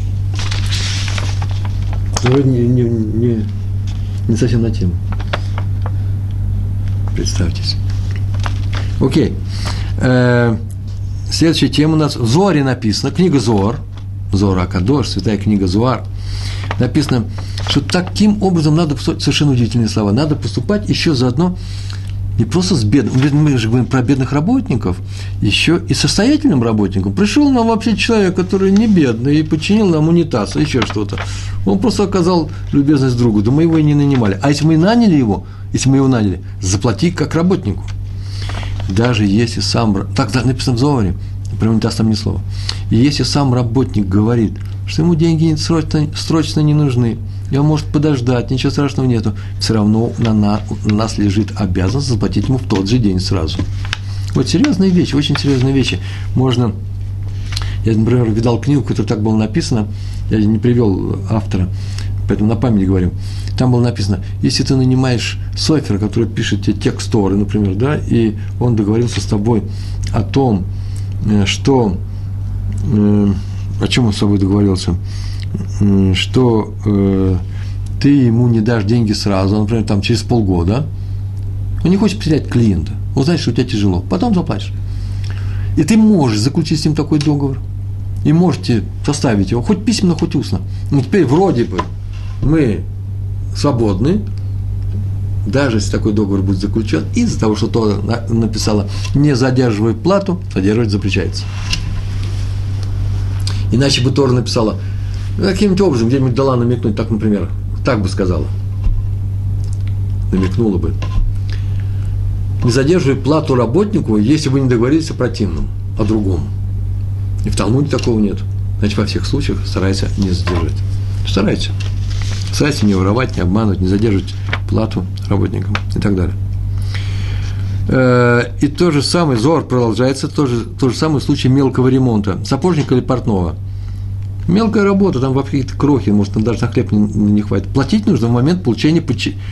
Вроде не совсем на тему. Представьтесь. Окей. Следующая тема у нас в Зоаре написано, книга Зоар, Зоар Акадош, святая книга Зоар, написано, что таким образом надо поступать, совершенно удивительные слова, надо поступать еще заодно не просто с бедным, мы же говорим про бедных работников, еще и состоятельным работникам. Пришел нам вообще человек, который не бедный, и починил нам унитаз, еще что-то. Он просто оказал любезность другу, да мы его и не нанимали. А если мы наняли его, заплати как работнику. Даже если сам, так написано в Зоаре, прямо не даст там ни слова, и если сам работник говорит, что ему деньги срочно не нужны, и он может подождать, ничего страшного нету, все равно на нас лежит обязанность заплатить ему в тот же день сразу. Вот серьезные вещи, очень серьезные вещи. Можно, я, например, видал книгу, которая так было написано, я не привел автора, поэтому на память говорим. Там было написано, если ты нанимаешь софера, который пишет тебе текст Торы, например, да, и он договорился с тобой о том, что, о чем он с тобой договорился, что ты ему не дашь деньги сразу, например, там, через полгода, он не хочет потерять клиента, он знает, что у тебя тяжело, потом заплатишь. И ты можешь заключить с ним такой договор, и можете составить его, хоть письменно, хоть устно. Ну, теперь вроде бы мы свободны, даже если такой договор будет заключен, из-за того, что Тора написала, не задерживай плату, задерживать запрещается. Иначе бы Тора написала, каким-нибудь образом, где-нибудь дала намекнуть, так, например, так бы сказала, намекнула бы, не задерживай плату работнику, если вы не договорились о противном, о другом. И в Талмуде такого нет. Значит, во всех случаях старайся не задержать. Старайся не воровать, не обманывать, не задерживать плату работникам и так далее. И то же самое, Зоар продолжается, то же самое в случае мелкого ремонта, сапожника или портного. Мелкая работа, там вообще какие-то крохи, может, там даже на хлеб не хватит. Платить нужно в момент получения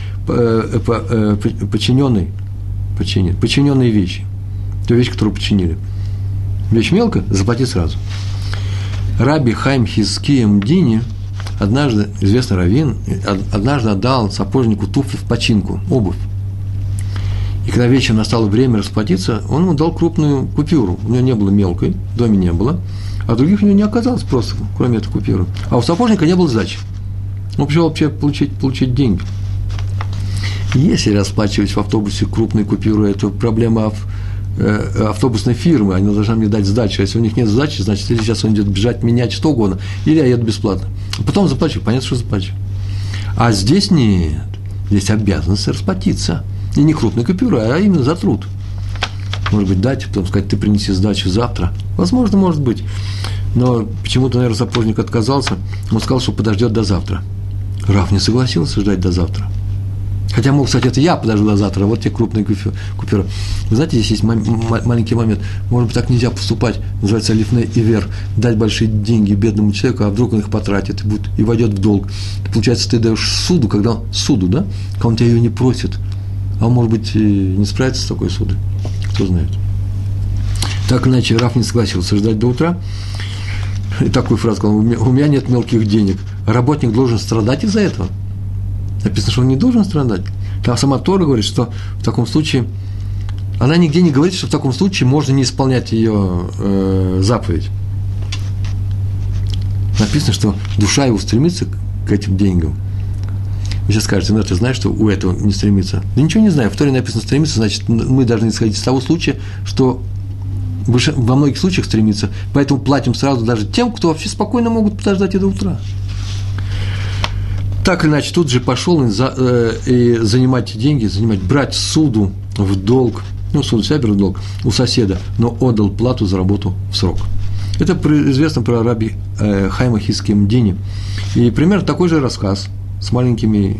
подчиненной вещи. Ту вещь, которую починили. Вещь мелкая, заплати сразу. Раби Хаим Хизкия Мдини, однажды, известный раввин, однажды отдал сапожнику туфли в починку, обувь. И когда вечером настало время расплатиться, он ему дал крупную купюру. У него не было мелкой, в доме не было, а других у него не оказалось просто, кроме этой купюры. А у сапожника не было сдачи. Он пришел вообще получить деньги. Если расплачивать в автобусе крупные купюры, это проблема автобусной фирмы, они должны мне дать сдачу. Если у них нет сдачи, значит, или сейчас он идет бежать, менять что угодно, или я еду бесплатно. Потом заплачу, понятно, что заплачу. А здесь нет. Здесь обязанность расплатиться. И не крупной купюрой, а именно за труд. Может быть, дать, потом сказать, ты принеси сдачу завтра. Возможно, может быть. Но почему-то, наверное, сапожник отказался. Он сказал, что подождет до завтра. Рав не согласился ждать до завтра. Хотя, мол, кстати, это я подожду до завтра, вот те крупные купюры. Вы знаете, здесь есть маленький момент. Может быть, так нельзя поступать, называется лифней ивер, дать большие деньги бедному человеку, а вдруг он их потратит и войдет в долг. Получается, ты даешь суду, когда он тебя ее не просит. А он, может быть, и не справится с такой судой. Кто знает. Так иначе Рав не согласился ждать до утра. И такую фразу сказал, у меня нет мелких денег. Работник должен страдать из-за этого. Написано, что он не должен страдать. Там сама Тора говорит, что в таком случае, она нигде не говорит, что в таком случае можно не исполнять ее заповедь. Написано, что душа его стремится к этим деньгам. Вы сейчас скажете, ты знаешь, что у этого не стремится? Да ничего не знаю. В Торе написано стремится, значит, мы должны исходить из того случая, что во многих случаях стремится, поэтому платим сразу даже тем, кто вообще спокойно могут подождать и до утра. Так или иначе, тут же пошел и занимать деньги, брать суду в долг, суду себя берет в долг у соседа, но отдал плату за работу в срок. Это известно про раби Хайма Хизкия Мдини. И примерно такой же рассказ с маленькими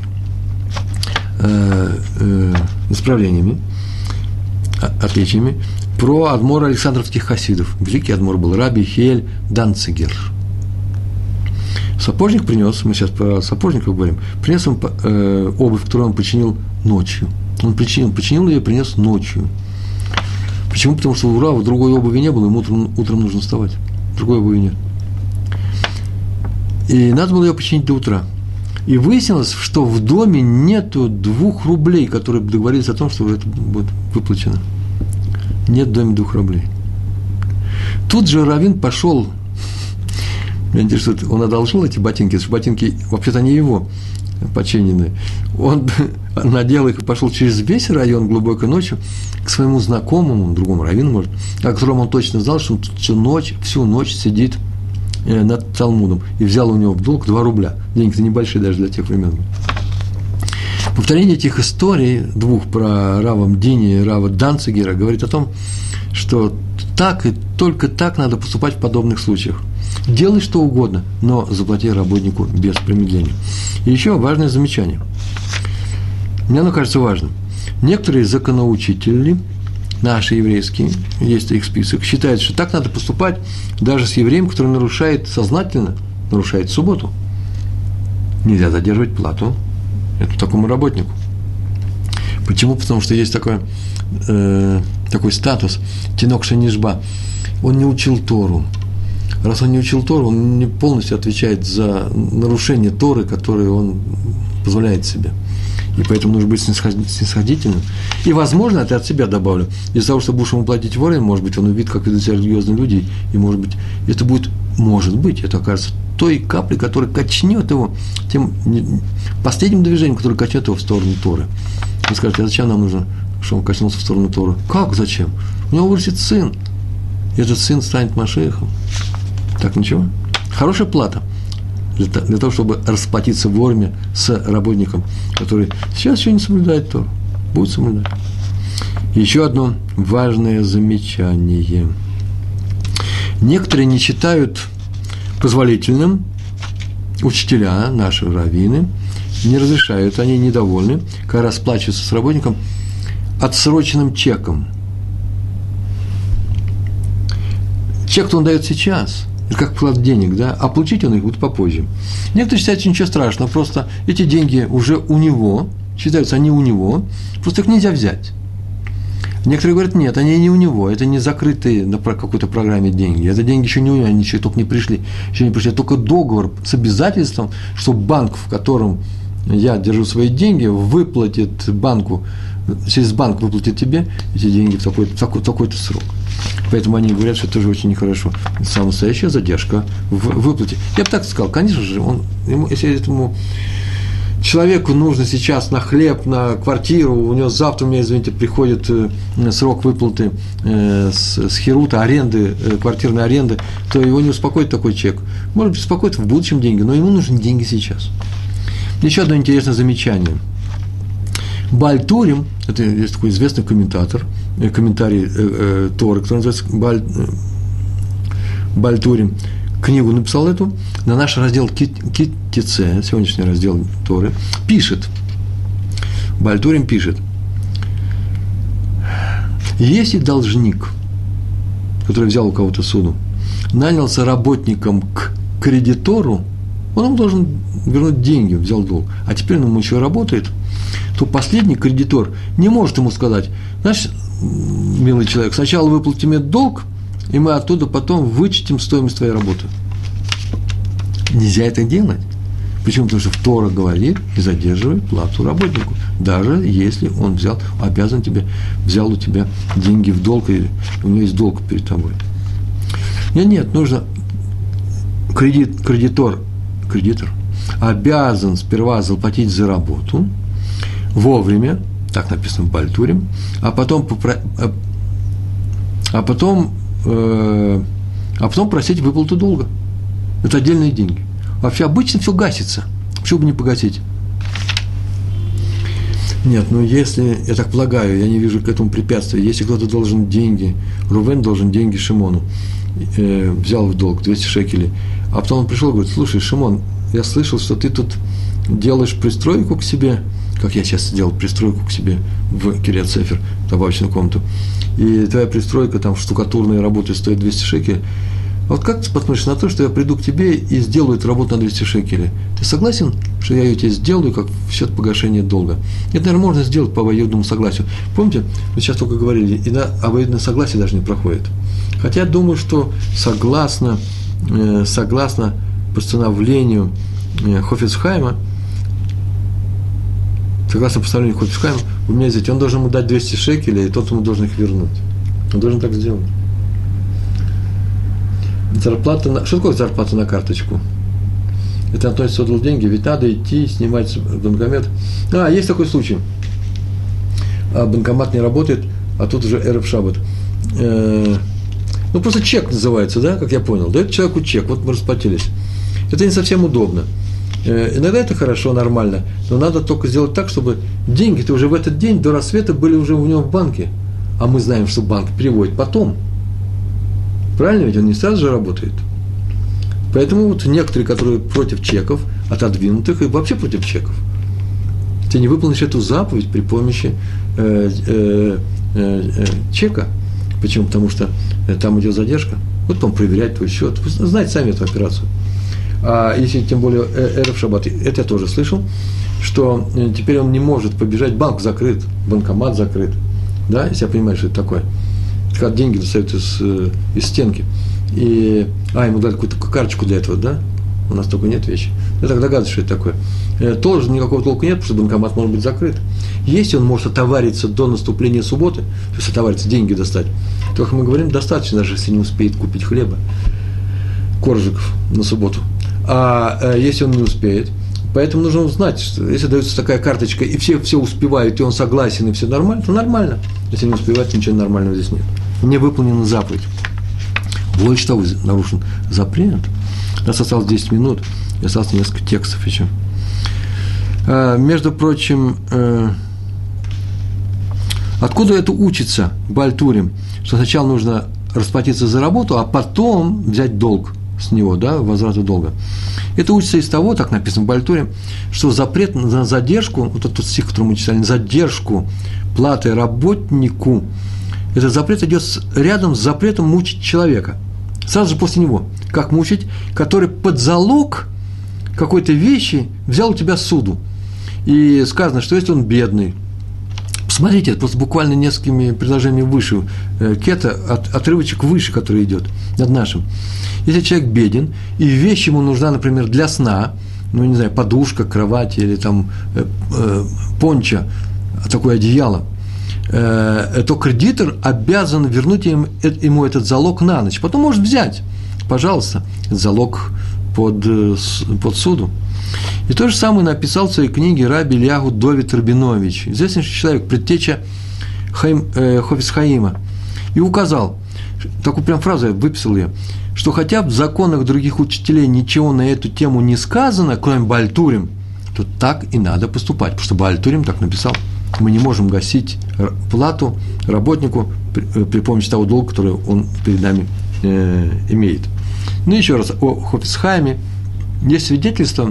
исправлениями, отличиями, про адмора Александровских хасидов. Великий адмор был раби Хиэль Данцигер. Сапожник принес, мы сейчас про сапожников говорим, принес ему обувь, которую он починил ночью. Он починил ее и принес ночью. Почему? Потому что у Рава другой обуви не было, ему утром нужно вставать. Другой обуви нет. И надо было ее починить до утра. И выяснилось, что в доме нету 2 рублей, которые договорились о том, что это будет выплачено. Нет в доме 2 рублей. Тут же раввин пошел. Меня интересует, он одолжил эти ботинки, потому что ботинки вообще-то не его починенные. Он надел их и пошел через весь район глубокой ночью к своему знакомому, другому раввину, может, о котором он точно знал, что он всю ночь сидит над Талмудом, и взял у него в долг 2 рубля. Деньги-то небольшие даже для тех времен. Повторение этих историй, 2 про Рава Мдини и Рава Данцигера, говорит о том, что так и только так надо поступать в подобных случаях. Делай что угодно, но заплати работнику без промедления. И еще важное замечание. Мне оно кажется важным. Некоторые законоучители, наши еврейские, есть их список, считают, что так надо поступать даже с евреем, который сознательно нарушает субботу. нельзя задерживать плату такому работнику. Почему? Потому что есть такой статус тинок шенишба. Он не учил Тору. Раз он не учил Тору, он не полностью отвечает за нарушение Торы, которые он позволяет себе. И поэтому нужно быть снисходительным. И, возможно, это от себя добавлю. Из-за того, что будешь ему платить вовремя, может быть, он увидит, как ведут себя религиозные люди, и, может быть, это окажется той каплей, которая качнет его, тем последним движением, которое качнет его в сторону Торы. Вы скажете, а зачем нам нужно, чтобы он качнулся в сторону Торы? Как зачем? У него вырастет сын, и этот сын станет Машиахом. Так, ничего. Хорошая плата для того, чтобы расплатиться вовремя с работником, который сейчас еще не соблюдает Тору, будет соблюдать. Еще одно важное замечание. Некоторые не считают позволительным, учителя, наши раввины, не разрешают, они недовольны, когда расплачиваются с работником отсроченным чеком. Чек-то он дает сейчас, это как вклад денег, да, а получить он их будет попозже. Некоторые считают, что ничего страшного, просто эти деньги уже у него, считаются они у него, просто их нельзя взять. Некоторые говорят, нет, они не у него, это не закрытые на какой-то программе деньги, это деньги еще не у него, они еще только не пришли, только договор с обязательством, что банк, в котором я держу свои деньги, выплатит банку, через банк выплатит тебе эти деньги в такой-то срок. Поэтому они говорят, что это тоже очень нехорошо. Самая настоящая задержка в выплате. Я бы так сказал, конечно же, если этому человеку нужно сейчас на хлеб, на квартиру, у него завтра, у меня, извините, приходит срок выплаты с хирута, аренды, квартирной аренды, то его не успокоит такой чек. Может быть, успокоит в будущем деньги, но ему нужны деньги сейчас. Еще одно интересное замечание. Бааль Турим, это есть такой известный комментарий Торы, который называется Бааль Турим, книгу написал эту, на наш раздел Китце, сегодняшний раздел Торы, пишет, Бааль Турим пишет, если должник, который взял у кого-то суду, нанялся работником к кредитору, он ему должен вернуть деньги, взял долг, а теперь он ему еще работает, то последний кредитор не может ему сказать, знаешь, милый человек, сначала выплати мне долг, и мы оттуда потом вычтем стоимость твоей работы. Нельзя это делать. Почему? Потому что Тора говорит, не задерживай плату работнику, даже если он взял у тебя деньги в долг, и у него есть долг перед тобой. Нет, нужно кредитор обязан сперва заплатить за работу вовремя, так написано в Бааль Турим, а потом просить выплату долга. Это отдельные деньги. Вообще обычно все гасится. Почему бы не погасить? Нет, если, я так полагаю, я не вижу к этому препятствия, если кто-то должен деньги, Рувен должен деньги Шимону, взял в долг 200 шекелей, а потом он пришел и говорит, слушай, Шимон, я слышал, что ты тут делаешь пристройку к себе, как я сейчас делал пристройку к себе в Кирьят Сефер, добавочную комнату, и твоя пристройка, там штукатурные работы стоит 200 шекелей. Вот как ты посмотришь на то, что я приду к тебе и сделаю эту работу на 200 шекелей? Ты согласен, что я ее тебе сделаю, как в счет погашения долга? Это, наверное, можно сделать по обоюдному согласию. Помните, мы сейчас только говорили, и на обоюдное согласие даже не проходит. Хотя я думаю, что согласно постановлению Хофец Хаима, у меня здесь, он должен ему дать 200 шекелей, и тот ему должен их вернуть. Он должен так сделать. Зарплата что такое зарплата на карточку? Это относится отдал деньги, ведь надо идти, снимать банкомат. Есть такой случай. Банкомат не работает, а тут уже эрев шаббат. Просто чек называется, да, как я понял. Дает человеку чек, вот мы расплатились. Это не совсем удобно. Иногда это хорошо, нормально, но надо только сделать так, чтобы деньги-то уже в этот день до рассвета были уже у него в банке. А мы знаем, что банк переводит потом. Правильно, ведь он не сразу же работает. Поэтому вот некоторые, которые против чеков, отодвинутых, и вообще против чеков, ты не выполнишь эту заповедь при помощи чека. Почему? Потому что там идет задержка. Вот потом проверять твой счет. Вы знаете сами эту операцию. А если тем более эрев шаббат, это я тоже слышал, что теперь он не может побежать, банк закрыт, банкомат закрыт, да, если я понимаю, что это такое. Когда деньги достают из стенки. И, ему дали какую-то карточку для этого, да? У нас только нет вещи. Я так догадываюсь, что это такое. Тоже никакого толку нет, потому что банкомат может быть закрыт. Если он может отовариться до наступления субботы, то есть отовариться, деньги достать, то, как мы говорим, достаточно, даже если не успеет купить хлеба, коржиков на субботу. А если он не успеет, поэтому нужно узнать, что если дается такая карточка, и все успевают, и он согласен, и все нормально, то нормально. Если не успевает, ничего нормального здесь нет. Не выполнена заповедь. Больше того, нарушен запрет. У нас осталось 10 минут, и осталось несколько текстов еще. Между прочим, откуда это учится Бааль Турим, что сначала нужно расплатиться за работу, а потом взять долг с него, да, возврату долга. Это учится из того, так написано в Бааль Турим, что запрет на задержку, вот этот стих, который мы читали, задержку платы работнику, этот запрет идет рядом с запретом мучить человека. Сразу же после него. Как мучить? Который под залог какой-то вещи взял у тебя суду. И сказано, что если он бедный, посмотрите, это просто буквально несколькими предложениями выше, кета, отрывочек выше, который идет над нашим. Если человек беден, и вещь ему нужна, например, для сна, ну, не знаю, подушка, кровать или там пончо, такое одеяло, то кредитор обязан вернуть ему этот залог на ночь. Потом может взять, пожалуйста, залог под суду. И то же самое написал в своей книге Раби Ильягу Довид Рабинович, известный человек, предтеча Хофец Хаима, и указал, такую прям фразу я выписал ее, что хотя в законах других учителей ничего на эту тему не сказано, кроме Бааль Турим, то так и надо поступать, потому что Бааль Турим так написал. Мы не можем гасить плату работнику при помощи того долга, который он перед нами имеет. Ну, еще раз, о Хофец Хаиме есть свидетельство,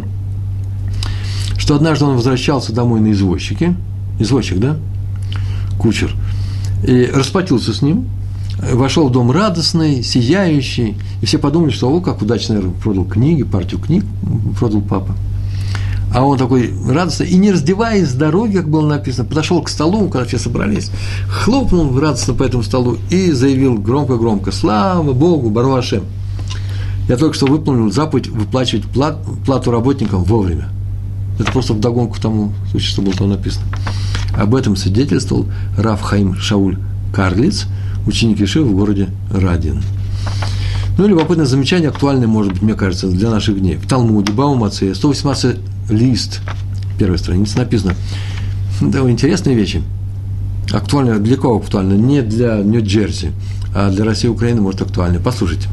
что однажды он возвращался домой на извозчике, извозчик, да, кучер, и расплатился с ним, вошел в дом радостный, сияющий, и все подумали, что, о, как удачно, наверное, продал книги, партию книг продал папа. А он такой радостный, и не раздеваясь с дороги, как было написано, подошел к столу, когда все собрались, хлопнул радостно по этому столу и заявил громко-громко: «Слава Богу, Барух Ашем! Я только что выполнил заповедь выплачивать плату работникам вовремя». Это просто вдогонку тому случаю, что было там написано. Об этом свидетельствовал Рав Хаим Шауль Карлиц, ученик Ешивы в городе Радин. Ну и любопытное замечание, актуальное, может быть, мне кажется, для наших дней. В Талмуде, Бава Меция, 118 лист, первая страница, написано. Да, интересные вещи. Актуально, для кого актуально? Не для Нью-Джерси, а для России и Украины, может, актуально. Послушайте.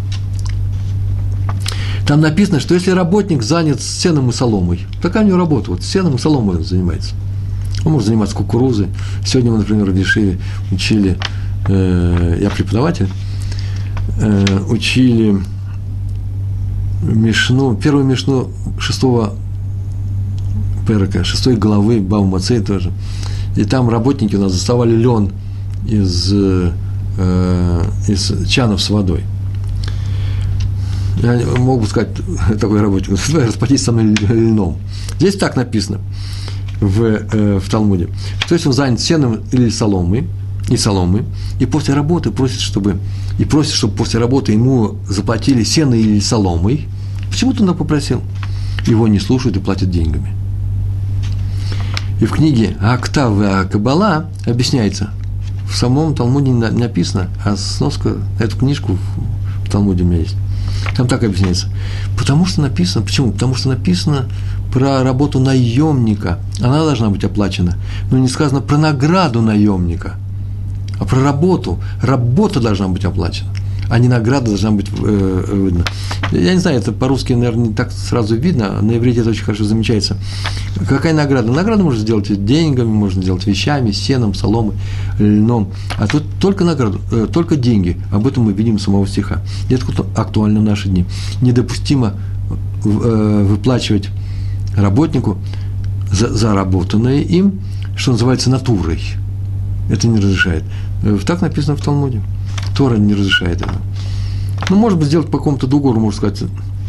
Там написано, что если работник занят сеном и соломой, такая у него работа, вот сеном и соломой он занимается. Он может заниматься кукурузой. Сегодня мы, например, в Ешиве учили, я преподаватель, учили Мишну, первую Мишну 6-го перека, 6-й главы Бава Меция тоже. И там работники у нас доставали лен из чанов с водой. Я могу сказать такой работник: расплатись со мной льном. Здесь так написано в Талмуде, что если он занят сеном или соломой, и после работы просит, чтобы после работы ему заплатили сеной или соломой, почему-то он попросил, его не слушают и платят деньгами. И в книге «Актав и Каббала» объясняется, в самом Талмуде не написано, а сноска на эту книжку в Талмуде у меня есть. Там так объясняется. Потому что написано, почему? Потому что написано про работу наемника. Она должна быть оплачена. Но не сказано про награду наемника, а про работу. Работа должна быть оплачена, а не награда должна быть видна. Я не знаю, это по-русски, наверное, не так сразу видно, на иврите это очень хорошо замечается. Какая награда? Награду можно сделать деньгами, можно сделать вещами, сеном, соломой, льном. А тут только награду, только деньги. Об этом мы видим из самого стиха. И это актуально в наши дни. Недопустимо выплачивать работнику заработанное им, что называется, натурой. Это не разрешает. Так написано в Талмуде. Тора не разрешает это. Ну, может быть, сделать по какому-то договору, можно сказать,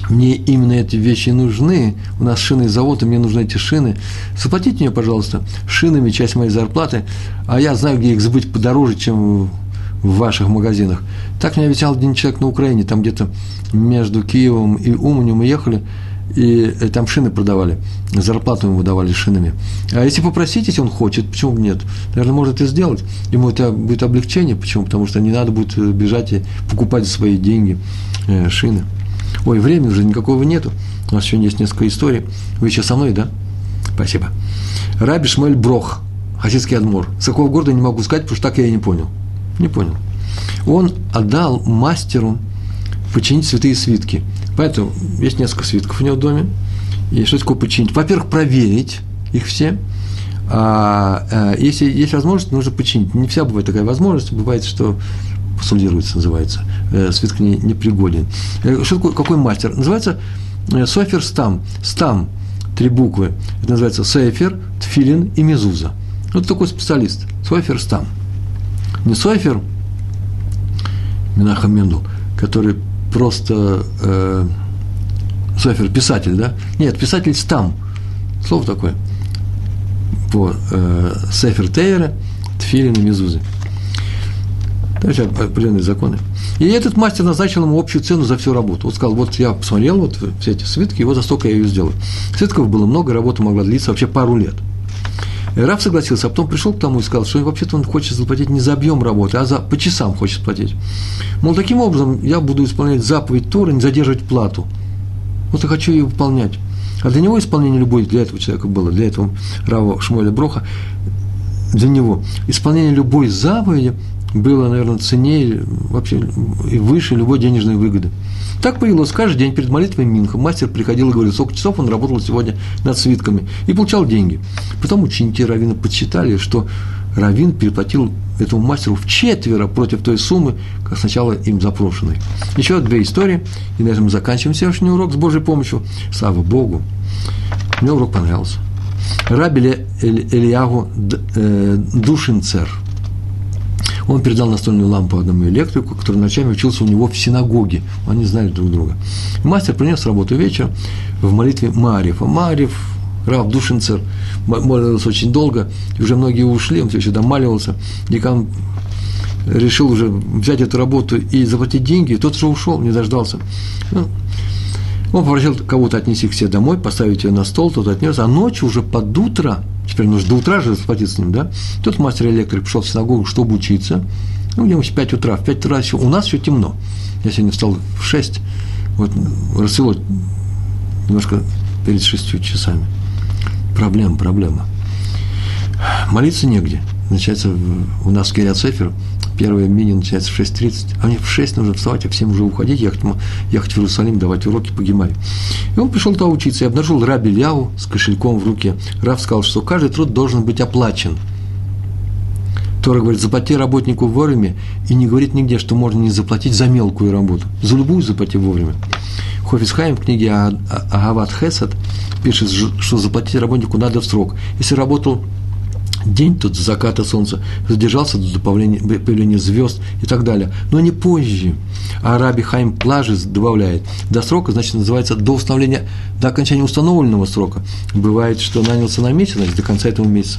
мне именно эти вещи нужны, у нас шинный завод, и мне нужны эти шины, заплатите мне, пожалуйста, шинами часть моей зарплаты, а я знаю, где их сбыть подороже, чем в ваших магазинах. Так меня висел один человек на Украине, там где-то между Киевом и Уманью мы ехали, и там шины продавали, зарплату ему выдавали шинами. А если попросить, если он хочет, почему бы нет? Наверное, может и сделать. Ему это будет облегчение. Почему? Потому что не надо будет бежать и покупать за свои деньги шины. Ой, времени уже никакого нету. У нас еще есть несколько историй. Вы еще со мной, да? Спасибо. Раби Шмуэль Брох, хасидский адмор. С какого города не могу сказать, потому что так я и не понял. Не понял. Он отдал мастеру починить святые свитки. Поэтому есть несколько свитков у него в доме. И что такое починить? Во-первых, проверить их все. Если есть возможность, нужно починить. Не вся бывает такая возможность. Бывает, что пассулируется, называется. Свиток непригоден. Что такое? Какой мастер? Называется Софер Стам. Стам. 3 буквы. Это называется Софер, Тфилин и Мезуза. Вот такой специалист. Софер Стам. Не Софер Менахем Мендел, который просто Софер, писатель, да? Нет, писатель Стам. Слово такое. По Сефер Тейра, Тфилин и Мезузы. Дальше определенные законы. И этот мастер назначил ему общую цену за всю работу. Вот сказал, вот я посмотрел вот все эти свитки, и вот за столько я ее сделаю. Свитков было много, работа могла длиться вообще пару лет. И Рав согласился, а потом пришел к тому и сказал, что вообще-то он хочет заплатить не за объем работы, а по часам хочет платить. Мол, таким образом я буду исполнять заповедь Торы, не задерживать плату. Вот я хочу ее выполнять. А для него исполнение любой, для этого человека было, для этого Рава Шмуэля Броха, для него исполнение любой заповеди было, наверное, ценнее вообще и выше любой денежной выгоды. Так появилось каждый день перед молитвой Минха. Мастер приходил и говорил, сколько часов он работал сегодня над свитками, и получал деньги. Потом ученики раввина подсчитали, что раввин переплатил этому мастеру вчетверо против той суммы, как сначала им запрошенной. Еще 2 истории, и на этом мы заканчиваем сегодняшний урок с Божьей помощью. Слава Богу! Мне урок понравился. Раби Элиягу Душинцер. Он передал настольную лампу одному электрику, который ночами учился у него в синагоге. Они знали друг друга. Мастер принес с работы вечером в молитве Маарифа. Маариф, Рав Душинцер, молился очень долго, и уже многие ушли, он все еще домаливался. И когда он решил уже взять эту работу и заплатить деньги, тот же ушел, не дождался. Он попросил кого-то отнести к себе домой, поставить ее на стол, тот отнес, а ночью уже под утро, теперь нужно до утра же расплатиться с ним, да? Тот мастер-электрик пришел в синагогу, чтобы учиться, где-нибудь в 5 утра, в 5 утра еще, у нас еще темно, я сегодня встал в 6, вот рассвело немножко перед 6 часами, проблема, молиться негде, начинается у нас в Кирьят Сефер, первая мини начинается в 6:30, а мне в 6 нужно вставать, а в 7 уже уходить, ехать в Иерусалим, давать уроки по Гемаре. И он пришел туда учиться и обнаружил Раби Элиягу с кошельком в руке. Рав сказал, что каждый труд должен быть оплачен. Тора говорит, заплати работнику вовремя, и не говорит нигде, что можно не заплатить за мелкую работу. За любую заплати вовремя. Хофец Хаим в книге Агават Хесед пишет, что заплатить работнику надо в срок. Если работал день тут с заката солнца, задержался до появления звезд и так далее, но не позже. А Раби Хаим Плажис добавляет, до срока, значит, называется до окончания установленного срока. Бывает, что нанялся на месяц, значит, до конца этого месяца.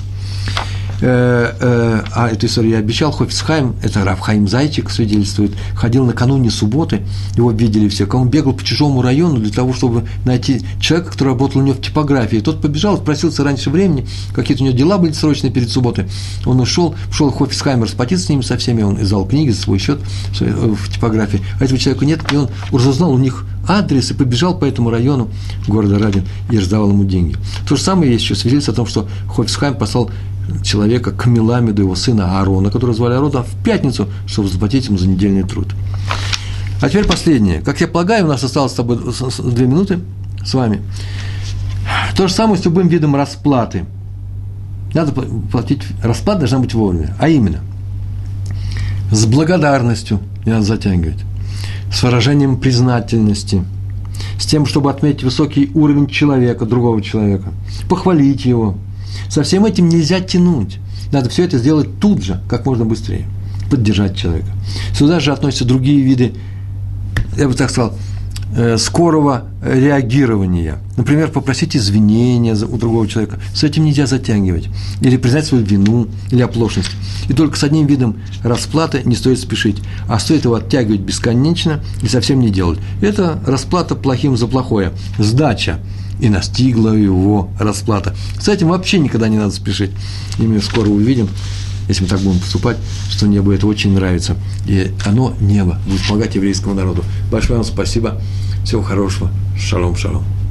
А эту историю я обещал, Хофец Хаим, это Рав Хаим Зайчик свидетельствует, ходил накануне субботы, его видели все, он бегал по чужому району для того, чтобы найти человека, который работал у него в типографии. Тот побежал, спросился раньше времени, какие-то у него дела были срочные перед субботой. Он ушел Хофец Хаим расплатиться с ними со всеми, он издал книги за свой счет в типографии. А этого человека нет, и он разузнал у них адрес и побежал по этому району города Радин и раздавал ему деньги. То же самое есть еще свидетельство о том, что Хофец Хаим послал человека к Меламеду, его сына Аарона, которого звали Аарона, в пятницу, чтобы заплатить ему за недельный труд. А теперь последнее. Как я полагаю, у нас осталось с тобой 2 минуты с вами. То же самое с любым видом расплаты. Надо платить, расплата должна быть вовремя. А именно, с благодарностью, не надо затягивать, с выражением признательности, с тем, чтобы отметить высокий уровень человека, другого человека, похвалить его. Со всем этим нельзя тянуть. Надо все это сделать тут же, как можно быстрее. Поддержать человека. Сюда же относятся другие виды, я бы так сказал, скорого реагирования. Например, попросить извинения у другого человека. С этим нельзя затягивать. Или признать свою вину, или оплошность. И только с одним видом расплаты не стоит спешить. А стоит его оттягивать бесконечно и совсем не делать. Это расплата плохим за плохое. Сдача. И настигла его расплата. С этим вообще никогда не надо спешить. И мы скоро увидим, если мы так будем поступать, что небу это очень нравится. И оно, небо, будет помогать еврейскому народу. Большое вам спасибо. Всего хорошего. Шалом, шалом.